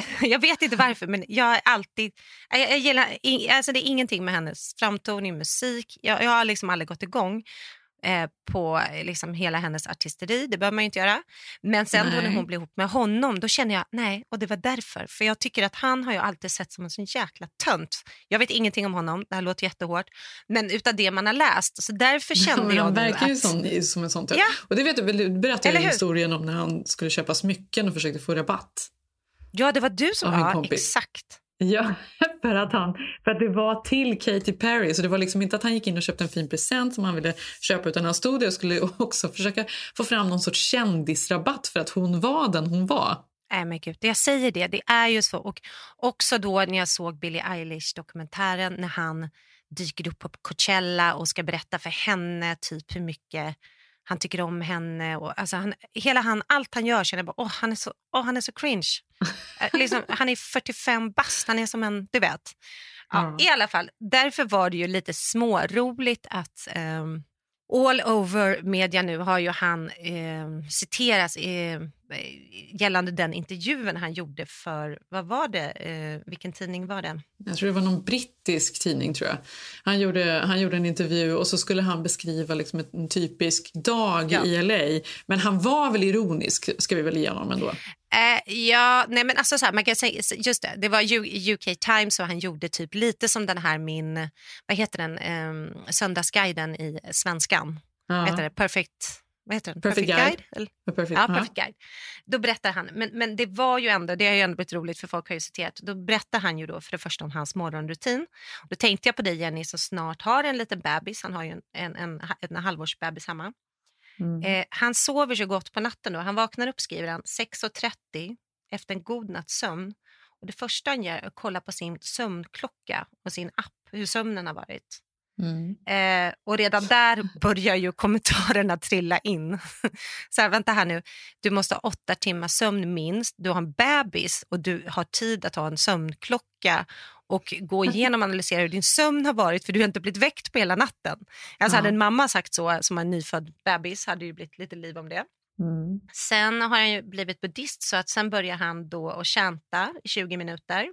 Jag vet inte varför, men jag är alltid... Jag, jag gillar, alltså det är ingenting med hennes framtoning, musik. Jag, jag har liksom aldrig gått igång eh, på liksom hela hennes artisteri. Det behöver man ju inte göra. Men sen då när hon blev ihop med honom, då känner jag, nej, och det var därför. För jag tycker att han har ju alltid sett som en sån jäkla tönt. Jag vet ingenting om honom, det här låter jättehårt. Men utav det man har läst. Så därför kände ja, jag han verkar ju att... som, som en sån tönt. Ja. Och det vet du, du berättade ju historien om när han skulle köpa smycken och försökte få rabatt. Ja, det var du som var, exakt. Ja, för att, han, för att det var till Katy Perry. Så det var liksom inte att han gick in och köpte en fin present som han ville köpa, utan han stod där och skulle också försöka få fram någon sorts kändisrabatt för att hon var den hon var. Nej men gud, jag säger det, det är ju så. Och också då när jag såg Billie Eilish-dokumentären, när han dyker upp på Coachella och ska berätta för henne typ hur mycket han tycker om henne. Och, alltså han, hela han, allt han gör känner jag bara, åh han är så, åh, han är så cringe. liksom, han är fyrtiofem bast, han är som en, du vet. Ja, mm. I alla fall, därför var det ju lite småroligt att um, all over media nu har ju han eh, citeras eh, gällande den intervjun han gjorde för, vad var det, eh, vilken tidning var det? Jag tror det var någon brittisk tidning tror jag. Han gjorde, han gjorde en intervju och så skulle han beskriva liksom en typisk dag ja. i L A. Men han var väl ironisk, ska vi väl igenom ändå? Eh, ja, nej men alltså så här, man kan säga, just det, det var U K Times och han gjorde typ lite som den här min, vad heter den, eh, Söndagsguiden i Svenskan. Ja. Vad heter det? Perfect... Vad heter den? Perfect, Perfect Guide? Guide? Perfect, ja, Perfect Guide. Då berättar han, men, men det var ju ändå, det har ju ändå blivit roligt för folk har ju citerat, då berättar han ju då för det första om hans morgonrutin. Då tänkte jag på dig Jenny som snart har en liten bebis, han har ju en, en, en, en halvårsbebis hemma. Mm. Eh, han sover så gott på natten då, han vaknar upp skriver han sex och trettio efter en god natts sömn. Och det första han gör är att kolla på sin sömnklocka och sin app, hur sömnen har varit. Mm. Eh, och redan där börjar ju kommentarerna trilla in. Så här, vänta här nu, du måste ha åtta timmar sömn minst, du har en bebis och du har tid att ha en sömnklocka och gå igenom och analysera hur din sömn har varit, för du har inte blivit väckt på hela natten. Alltså ja. hade en mamma sagt så som en nyfödd bebis hade ju blivit lite liv om det. Mm. Sen har han ju blivit buddhist, så att sen börjar han då att chanta i tjugo minuter.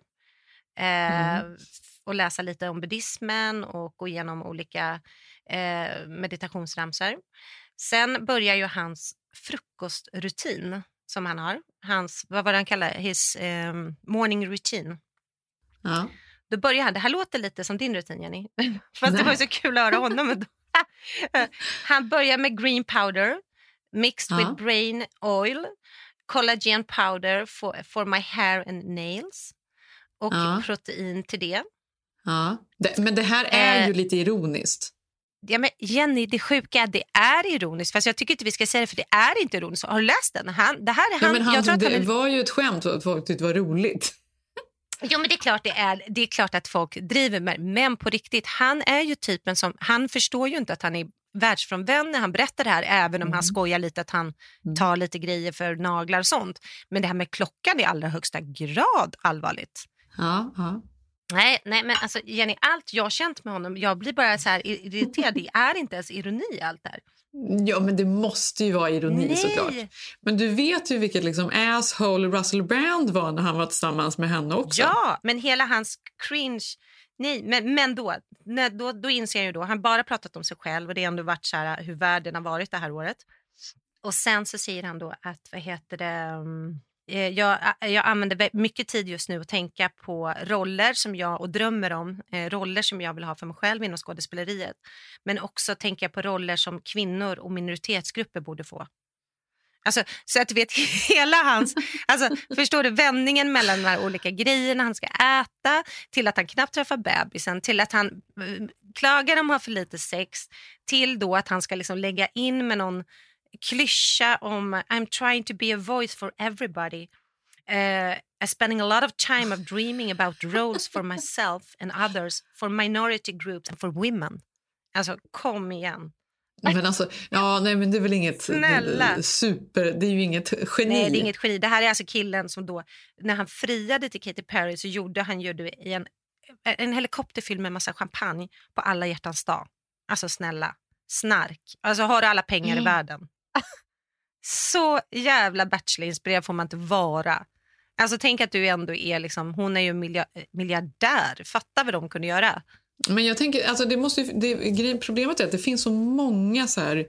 Eh, mm. och läsa lite om buddhismen och gå igenom olika eh, meditationsramsor. Sen börjar ju hans frukostrutin som han har. Hans, vad var det han kallar his eh, morning routine. Ja. Då börjar han, det här låter lite som din rutin Jenny. Fast Nej. det var ju så kul att höra honom. Han börjar med green powder mixed ja. with brain oil, collagen powder for, for my hair and nails. Och ja. protein till det. Ja. Det, men det här är eh, ju lite ironiskt. Ja men Jenny, det sjuka, det är ironiskt. Fast jag tycker inte vi ska säga det, för det är inte ironiskt. Har du läst den? Han, det här är han, ja, men han, jag tror att det han är... var ju ett skämt att folk tyckte det var roligt. Jo men det är klart det är. Det är klart att folk driver med. Men på riktigt, han är ju typen som, han förstår ju inte att han är världsfrånvänd när han berättar det här, även om mm. han skojar lite att han mm. tar lite grejer för naglar och sånt. Men det här med klockan är i allra högsta grad allvarligt. Ja, ja. Nej, nej, men alltså Jenny, allt jag har känt med honom, jag blir bara så här irriterad. Det är inte ens ironi allt där. Ja, men det måste ju vara ironi nej. såklart. Men du vet ju vilket liksom asshole Russell Brand var när han var tillsammans med henne också. Ja, men hela hans cringe. Nej, men, men då, när, då, då inser jag ju då, han bara pratat om sig själv och det har ändå varit så här hur världen har varit det här året. Och sen så säger han då att, vad heter det... Um, Jag, jag använder mycket tid just nu att tänka på roller som jag och drömmer om, eh, roller som jag vill ha för mig själv inom skådespeleriet. Men också tänker jag på roller som kvinnor och minoritetsgrupper borde få. Alltså, så att du vet hela hans, alltså, förstår du vändningen mellan de här olika grejerna han ska äta, till att han knappt träffar bebisen, till att han uh, klagar om att ha för lite sex, till då att han ska liksom lägga in med någon klyscha om I'm trying to be a voice for everybody. Uh, I'm spending a lot of time of dreaming about roles for myself and others, for minority groups and for women. Alltså, kom igen. Men alltså, ja, nej, men det är väl inget Snälla. super, det är ju inget geni. Nej, det är inget geni. Det här är alltså killen som då, när han friade till Katy Perry så gjorde han ju det i en, en helikopterfilm med massa champagne på alla hjärtans dag. Alltså snälla, snark. Alltså har du alla pengar mm. i världen. Så jävla Bachelor-inspirerad får man inte vara. Alltså tänk att du ändå är liksom, hon är ju miljardär. Fatta vad de kunde göra. Men jag tänker, alltså det måste ju, det, problemet är att det finns så många så här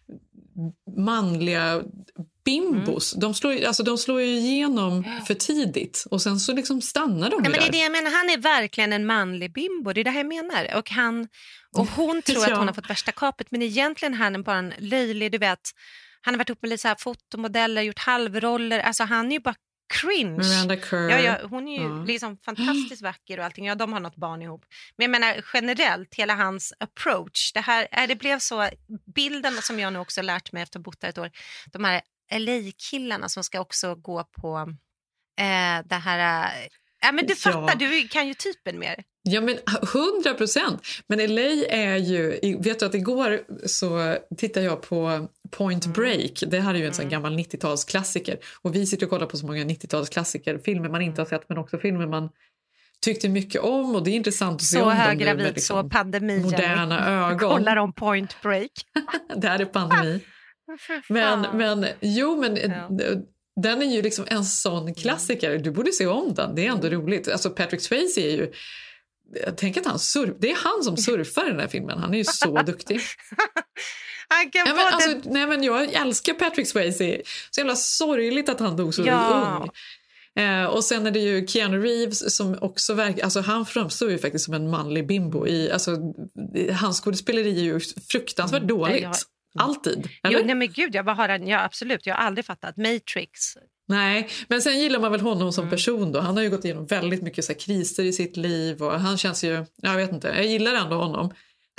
manliga bimbos. Mm. De, slår, alltså de slår ju igenom för tidigt och sen så liksom stannar de. Ja, men det är där. det jag menar, han är verkligen en manlig bimbo, det är det här jag menar. Och, han, och hon tror ja. att hon har fått värsta kapet, men egentligen han är bara en löjlig, du vet. Han har varit upp med lite så här fotomodeller, gjort halvroller, alltså han är ju bara cringe. Miranda Kerr. Ja, ja, hon är ju ja. liksom fantastiskt vacker och allting. Ja, de har något barn ihop. Men jag menar generellt, hela hans approach. Det här, är det blev så, bilden som jag nu också lärt mig efter att ha bott där ett år. De här L A-killarna som ska också gå på eh, det här... Eh, ja, men du fattar, ja. du kan ju typen mer. Ja, men hundra procent. Men L A är ju... Vet du att igår så tittar jag på Point Break. Det här är ju en sån Mm. gammal nittiotalsklassiker. Och vi sitter och kollar på så många nittiotalsklassiker. Filmer man inte har sett, men också filmer man tyckte mycket om. Och det är intressant att se så om dem höggravid, med liksom så pandemi. moderna ögon. Kollar om Point Break. Det här är pandemi. men, men, jo, men... Ja. Den är ju liksom en sån klassiker. Du borde se om den. Det är ändå roligt. Alltså Patrick Swayze är ju... Jag tänker att han surf, det är han som surfar i den här filmen. Han är ju så duktig. Han kan ja, men, alltså, nej, men jag älskar Patrick Swayze. Så jävla sorgligt att han dog så ja. ung. Eh, och sen är det ju Keanu Reeves som också verkar... Alltså han framstår ju faktiskt som en manlig bimbo. I, alltså, hans skådespeleri är ju fruktansvärt Mm, dåligt. jag... Alltid. Eller? Jo, nej men gud, jag bara har en, ja absolut, jag har aldrig fattat. Matrix. Nej, men sen gillar man väl honom som person då. Han har ju gått igenom väldigt mycket så här kriser i sitt liv och han känns ju, jag vet inte, jag gillar ändå honom.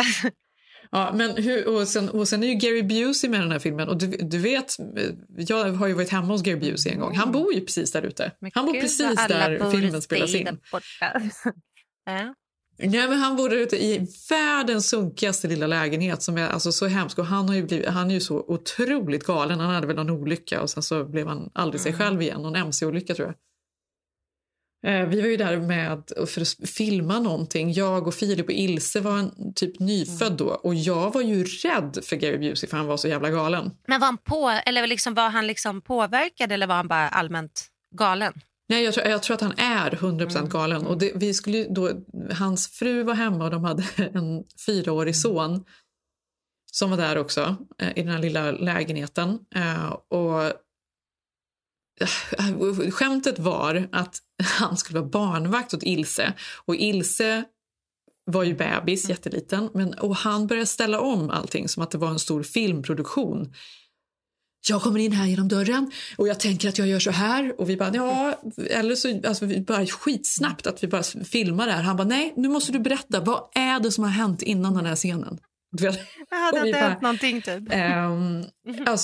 Ja, men hur, och, sen, och sen är ju Gary Busey med den här filmen och du, du vet, jag har ju varit hemma hos Gary Busey en gång. Han bor ju precis där ute. Men han bor gud, precis där filmen spelas in. Ja. Nej, men han bor där ute i världens sunkigaste lilla lägenhet som är alltså så hemsk och han, har ju blivit, han är ju så otroligt galen. Han hade väl någon olycka och sen så blev han aldrig sig själv igen. Någon M C-olycka tror jag. Eh, vi var ju där med för att filma någonting. Jag och Filip och Ilse var en typ nyfödd då och jag var ju rädd för Gary Busey för han var så jävla galen. Men var han på, eller liksom, var han liksom påverkad eller var han bara allmänt galen? Nej, jag tror, jag tror att han är hundra procent galen. Och det, vi skulle då, hans fru var hemma och de hade en fyraårig son som var där också eh, i den här lilla lägenheten. Eh, och eh, skämtet var att han skulle vara barnvakt åt Ilse. Och Ilse var ju bebis, jätteliten. Men, och han började ställa om allting som att det var en stor filmproduktion. Jag kommer in här genom dörren och jag tänker att jag gör så här. Och vi bara, ja, eller så alltså, vi bara skitsnabbt att vi bara filmar det här. Han bara, nej, nu måste du berätta. Vad är det som har hänt innan den här scenen? Jag hade inte hänt någonting typ. Um, alltså,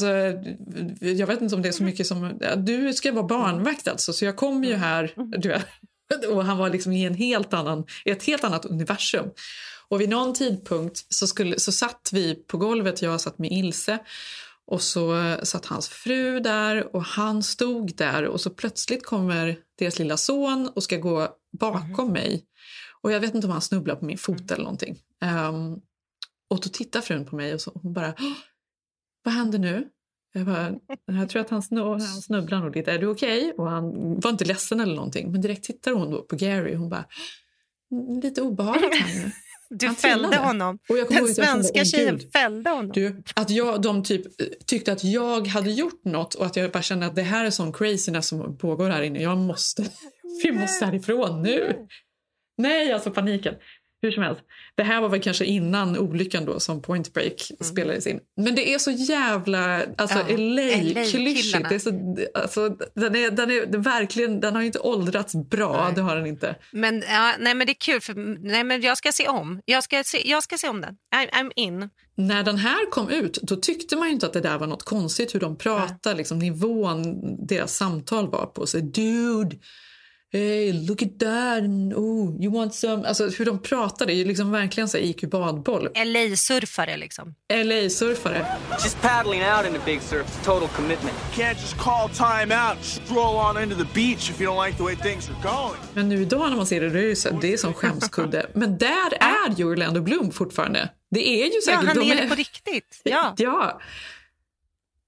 jag vet inte om det är så mycket som... Du ska vara barnvakt alltså, så jag kommer ju här... Du vet, och han var liksom i en helt annan, ett helt annat universum. Och vid någon tidpunkt så, skulle, så satt vi på golvet, jag satt med Ilse. Och så satt hans fru där och han stod där och så plötsligt kommer deras lilla son och ska gå bakom mm. mig. Och jag vet inte om han snubblar på min fot eller någonting. Um, och då tittar frun på mig och så, hon bara, vad händer nu? Jag, bara, jag tror att han, snö, han snubblar nog lite. Är du okej? Okay? Och han var inte ledsen eller någonting. Men direkt tittar hon då på Gary och hon bara, lite obehagligt här nu. Du fällde honom. Och jag Den svenska tjejen fällde honom. Du, att jag, de typ tyckte att jag hade gjort något och att jag bara kände att det här är sån craziness som pågår här inne. Jag måste, vi måste härifrån nu. Nej, alltså paniken. Hur som helst. Det här var väl kanske innan olyckan då som Point Break mm. spelades in. Men det är så jävla alltså ja, L A-klyschigt. Det är så, alltså, den, är, den, är, den, verkligen, den har ju inte åldrats bra, nej. Det har den inte. Men, ja, nej, men det är kul, för nej, men jag ska se om. Jag ska se, jag ska se om den. I, I'm in. När den här kom ut, då tyckte man ju inte att det där var något konstigt hur de pratar, liksom, nivån deras samtal var på. Så dude... Hey, look at that. Oh, you want some... Alltså hur de pratar, det är ju liksom verkligen så I Q badboll. L A-surfare liksom. L A-surfare. Just paddling out in a big surf, total commitment. You can't just call time out, stroll on into the beach if you don't like the way things are going. Men nu idag när man ser det, det är ju så, det är som skämskudde. Men där är ju Orlando Bloom fortfarande. Det är ju säkert... Ja, han de är det på riktigt. Ja. Ja.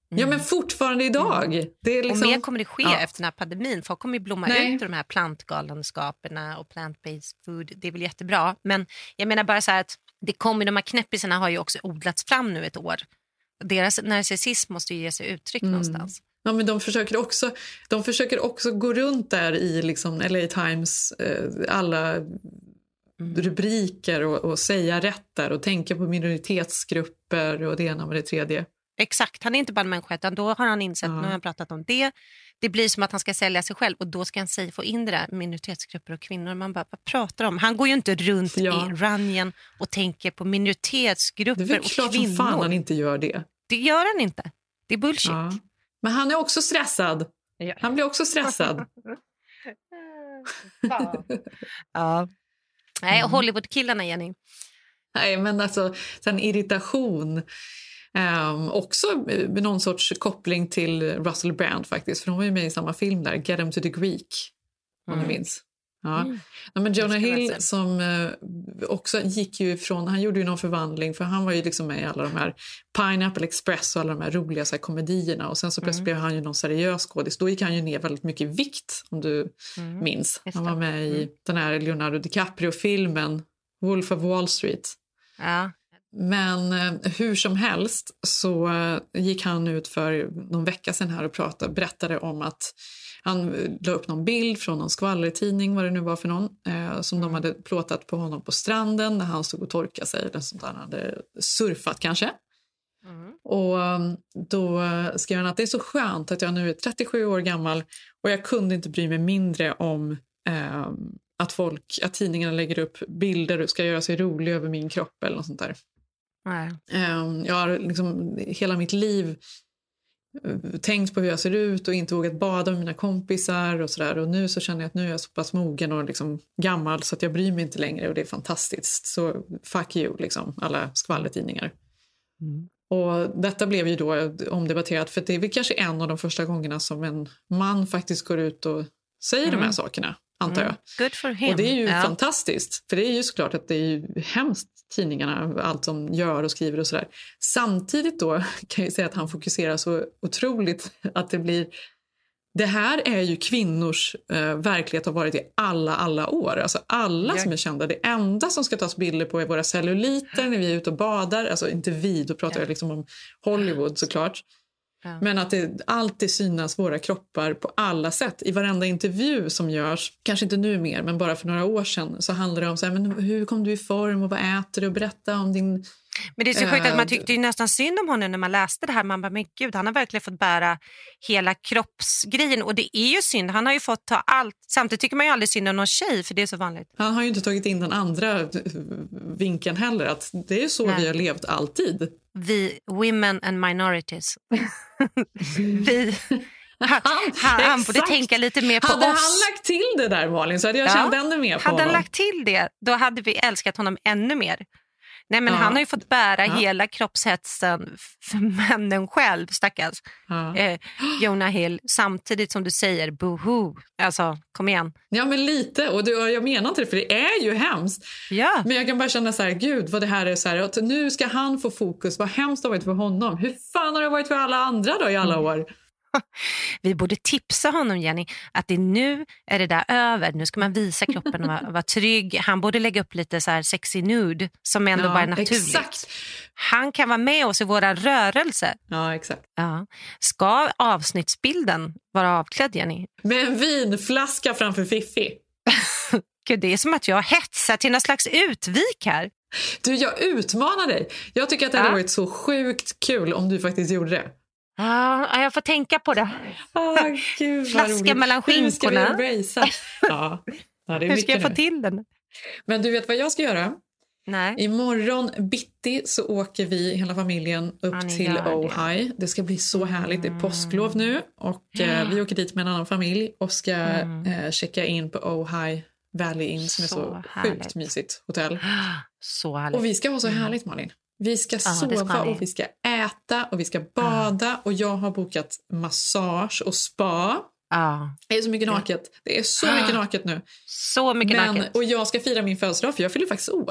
Ja, men fortfarande idag. Mm. Det är liksom... Och mer kommer det ske ja. efter den här pandemin. Folk kommer ju blomma Nej. ut ur de här plantgalenskaperna och plant-based food. Det är väl jättebra. Men jag menar bara så här att det kommer, de här knäppisarna har ju också odlats fram nu ett år. Deras narcissism måste ju ge sig uttryck mm. någonstans. Ja, men de försöker också, de försöker också gå runt där i liksom L A Times eh, alla mm. rubriker och, och säga rätt där och tänka på minoritetsgrupper och det ena med det tredje. Exakt, han är inte bara en människa utan då har han insett, ja. nu har han pratat om det. Det blir som att han ska sälja sig själv och då ska han säga, få in det där minoritetsgrupper och kvinnor. Man bara, vad pratar om? Han går ju inte runt ja. i Runyon och tänker på minoritetsgrupper och kvinnor. Det är väl klart som fan han inte gör det. Det gör han inte. Det är bullshit. Ja. Men han är också stressad. Ja. Han blir också stressad. ja. Nej, och Hollywood-killarna, Jenny. Nej, men alltså sen irritation. Um, också med någon sorts koppling till Russell Brand faktiskt. För de var ju med i samma film där, Get Him to the Greek. Om mm. du minns. Ja. Mm. Ja, men Jonah Hill som uh, också gick ju ifrån, han gjorde ju någon förvandling för han var ju liksom med i alla de här Pineapple Express och alla de här roliga så här, komedierna och sen så plötsligt mm. blev han ju någon seriös skådis. Då gick han ju ner väldigt mycket i vikt om du mm. minns. Han var med i mm. den här Leonardo DiCaprio-filmen Wolf of Wall Street. Ja. Men eh, hur som helst så eh, gick han ut för någon vecka sedan här och pratade, berättade om att han la upp någon bild från någon skvallertidning, vad det nu var för någon, eh, som de hade plåtat på honom på stranden när han stod och torkade sig. Eller sånt där. Han hade surfat kanske. Mm. Och då skrev han att det är så skönt att jag nu är trettiosju år gammal och jag kunde inte bry mig mindre om eh, att folk, att tidningarna lägger upp bilder och ska göra sig rolig över min kropp eller något sånt där. Nej. Eh, jag har liksom hela mitt liv tänkt på hur jag ser ut och inte vågat bada med mina kompisar och sådär. Och nu så känner jag att nu är jag så pass mogen och liksom gammal så att jag bryr mig inte längre och det är fantastiskt. Så fuck you, liksom, alla skvallertidningar. Mm. Och detta blev ju då omdebatterat för det är väl kanske en av de första gångerna som en man faktiskt går ut och säger mm. de här sakerna, antar jag. Mm. Good for him. Och det är ju ja. fantastiskt, för det är ju såklart att det är ju hemskt, tidningarna, allt som gör och skriver och sådär. Samtidigt då kan jag säga att han fokuserar så otroligt att det blir... Det här är ju kvinnors eh, verklighet har varit i alla, alla år. Alltså alla ja. som är kända. Det enda som ska tas bilder på är våra celluliter när vi är ute och badar. Alltså inte vi, då pratar ja. jag liksom om Hollywood såklart. Ja. Men att det alltid synas våra kroppar på alla sätt. I varenda intervju som görs, kanske inte nu mer, men bara för några år sedan så handlar det om så här, men hur kom du i form och vad äter du och berätta om din... Men det är så sjukt att man tyckte ju nästan synd om honom när man läste det här. Man bara, men gud, han har verkligen fått bära hela kroppsgrejen. Och det är ju synd, han har ju fått ta allt. Samtidigt tycker man ju aldrig synd om någon tjej, för det är så vanligt. Han har ju inte tagit in den andra vinkeln heller, att det är ju så Nej. vi har levt alltid. Vi, women and minorities. vi... Han, han, han borde tänka lite mer på hade oss. Hade han lagt till det där, Malin, så hade jag ja. känt ännu mer på Hade honom. han lagt till det, då hade vi älskat honom ännu mer. Nej, men ja. han har ju fått bära ja. hela kroppshetsen för männen själv, stackars. Ja. Eh, Jonah Hill, samtidigt som du säger, boho. Alltså, kom igen. Ja, men lite. Och det, jag menar inte det, för det är ju hemskt. Ja. Men jag kan bara känna så här, gud vad det här är så här. Att nu ska han få fokus. Vad hemskt det har varit för honom. Hur fan har det varit för alla andra då i alla mm. år? Vi borde tipsa honom, Jenny, att det nu är det där över. Nu ska man visa kroppen och vara, vara trygg. Han borde lägga upp lite så här sexy nude som ändå ja, bara är naturligt. Exakt. Han kan vara med oss i våra rörelse. Ja, exakt. Ja. Ska avsnittsbilden vara avklädd, Jenny? Med en vinflaska framför Fiffi. Gud, det är som att jag hetsar till någon slags utvik här. Du, jag utmanar dig. Jag tycker att det ja. hade varit så sjukt kul om du faktiskt gjorde det. Ja, jag får tänka på det. Oh, gud, flaska mellan skinkorna. Hur ska vi racea? Ja, ja, det är Hur ska jag få nu. till den? Men du vet vad jag ska göra? Nej. Imorgon bitti så åker vi hela familjen upp ja, till Ojai. Det. det ska bli så härligt. Det är påsklov nu och ja. eh, vi åker dit med en annan familj och ska mm. eh, checka in på Ojai Valley Inn som så är så härligt. Sjukt mysigt hotell. Så härligt. Och vi ska ha så härligt, Malin. Vi ska ja, sova och vi ska äta och vi ska bada ja. och jag har bokat massage och spa. Ja. Det är så mycket naket. Det är så mycket naket nu. Så mycket Men, naket. Och jag ska fira min födelsedag för jag fyller faktiskt år.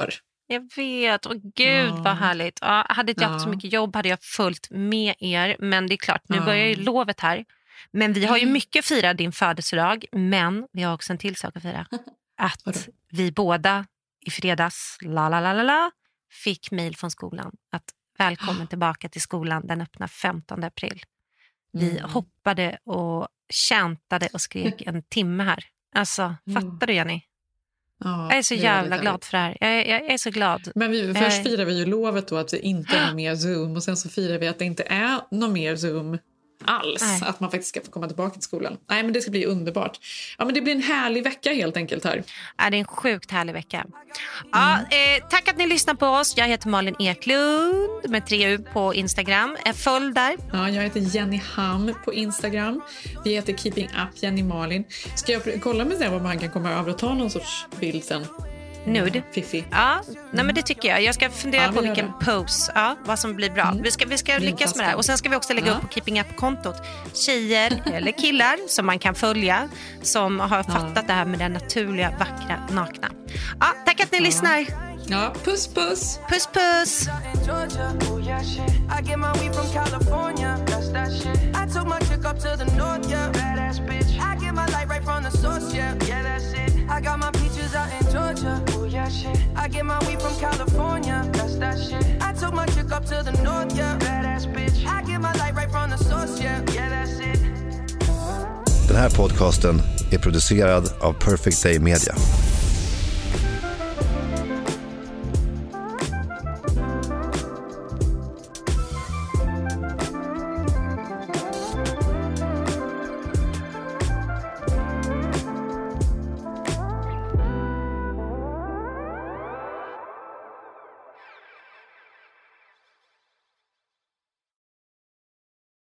Jag vet, och gud Ja. vad härligt. Ja, hade inte jag haft Ja. så mycket jobb hade jag följt med er. Men det är klart, nu Ja. börjar ju lovet här. Men vi har ju Mm. mycket att fira din födelsedag. Men vi har också en till sak att fira. Att vi båda i fredags, la la la la la, fick mejl från skolan. Att välkommen tillbaka till skolan, den öppnar femtonde april. Vi Mm. hoppade och käntade och skrek en timme här. Alltså, Mm. fattar du, Jenny? Ja, Jag är så det är jävla väldigt glad härligt. för det här. Jag, jag, jag är så glad. Men vi, Jag först är- firar vi ju lovet då att det inte är mer Zoom och sen så firar vi att det inte är någon mer Zoom alls. Nej. Att man faktiskt ska få komma tillbaka till skolan. Nej, men det ska bli underbart. Ja, men det blir en härlig vecka helt enkelt här. Ja, det är en sjukt härlig vecka. Ja, eh, tack att ni lyssnar på oss. Jag heter Malin Eklund med tre U på Instagram. Eh, Följ där. Ja, jag heter Jenny Ham på Instagram. Vi heter Keeping Up Jenny Malin. Ska jag pr- kolla med det vad man kan komma över och ta någon sorts bild sen? Nude. Fiffi. Ja, nej, men det tycker jag. Jag ska fundera Ja, vi på gör vilken det. pose, ja, vad som blir bra. Vi ska, vi ska Blir lyckas med det här. Och sen ska vi också lägga Ja. upp på Keeping Up-kontot tjejer eller killar som man kan följa, som har fattat det här med den naturliga, vackra, nakna. Ja, tack att ni lyssnar. Ja, puss puss. Puss puss. Georgia, oh yeah shit. I get my weed from California, that's that shit. I took my chick up to the north, yeah, badass bitch. I get my light right from the source, yeah, yeah, that's it. I got my peaches out in Georgia, oh yeah shit. I get my weed from California, that's that shit. I took my chick up to the north, yeah, badass bitch. I get my light right from the source, yeah, yeah, that's it. Den här podcasten är producerad av Perfect Day Media.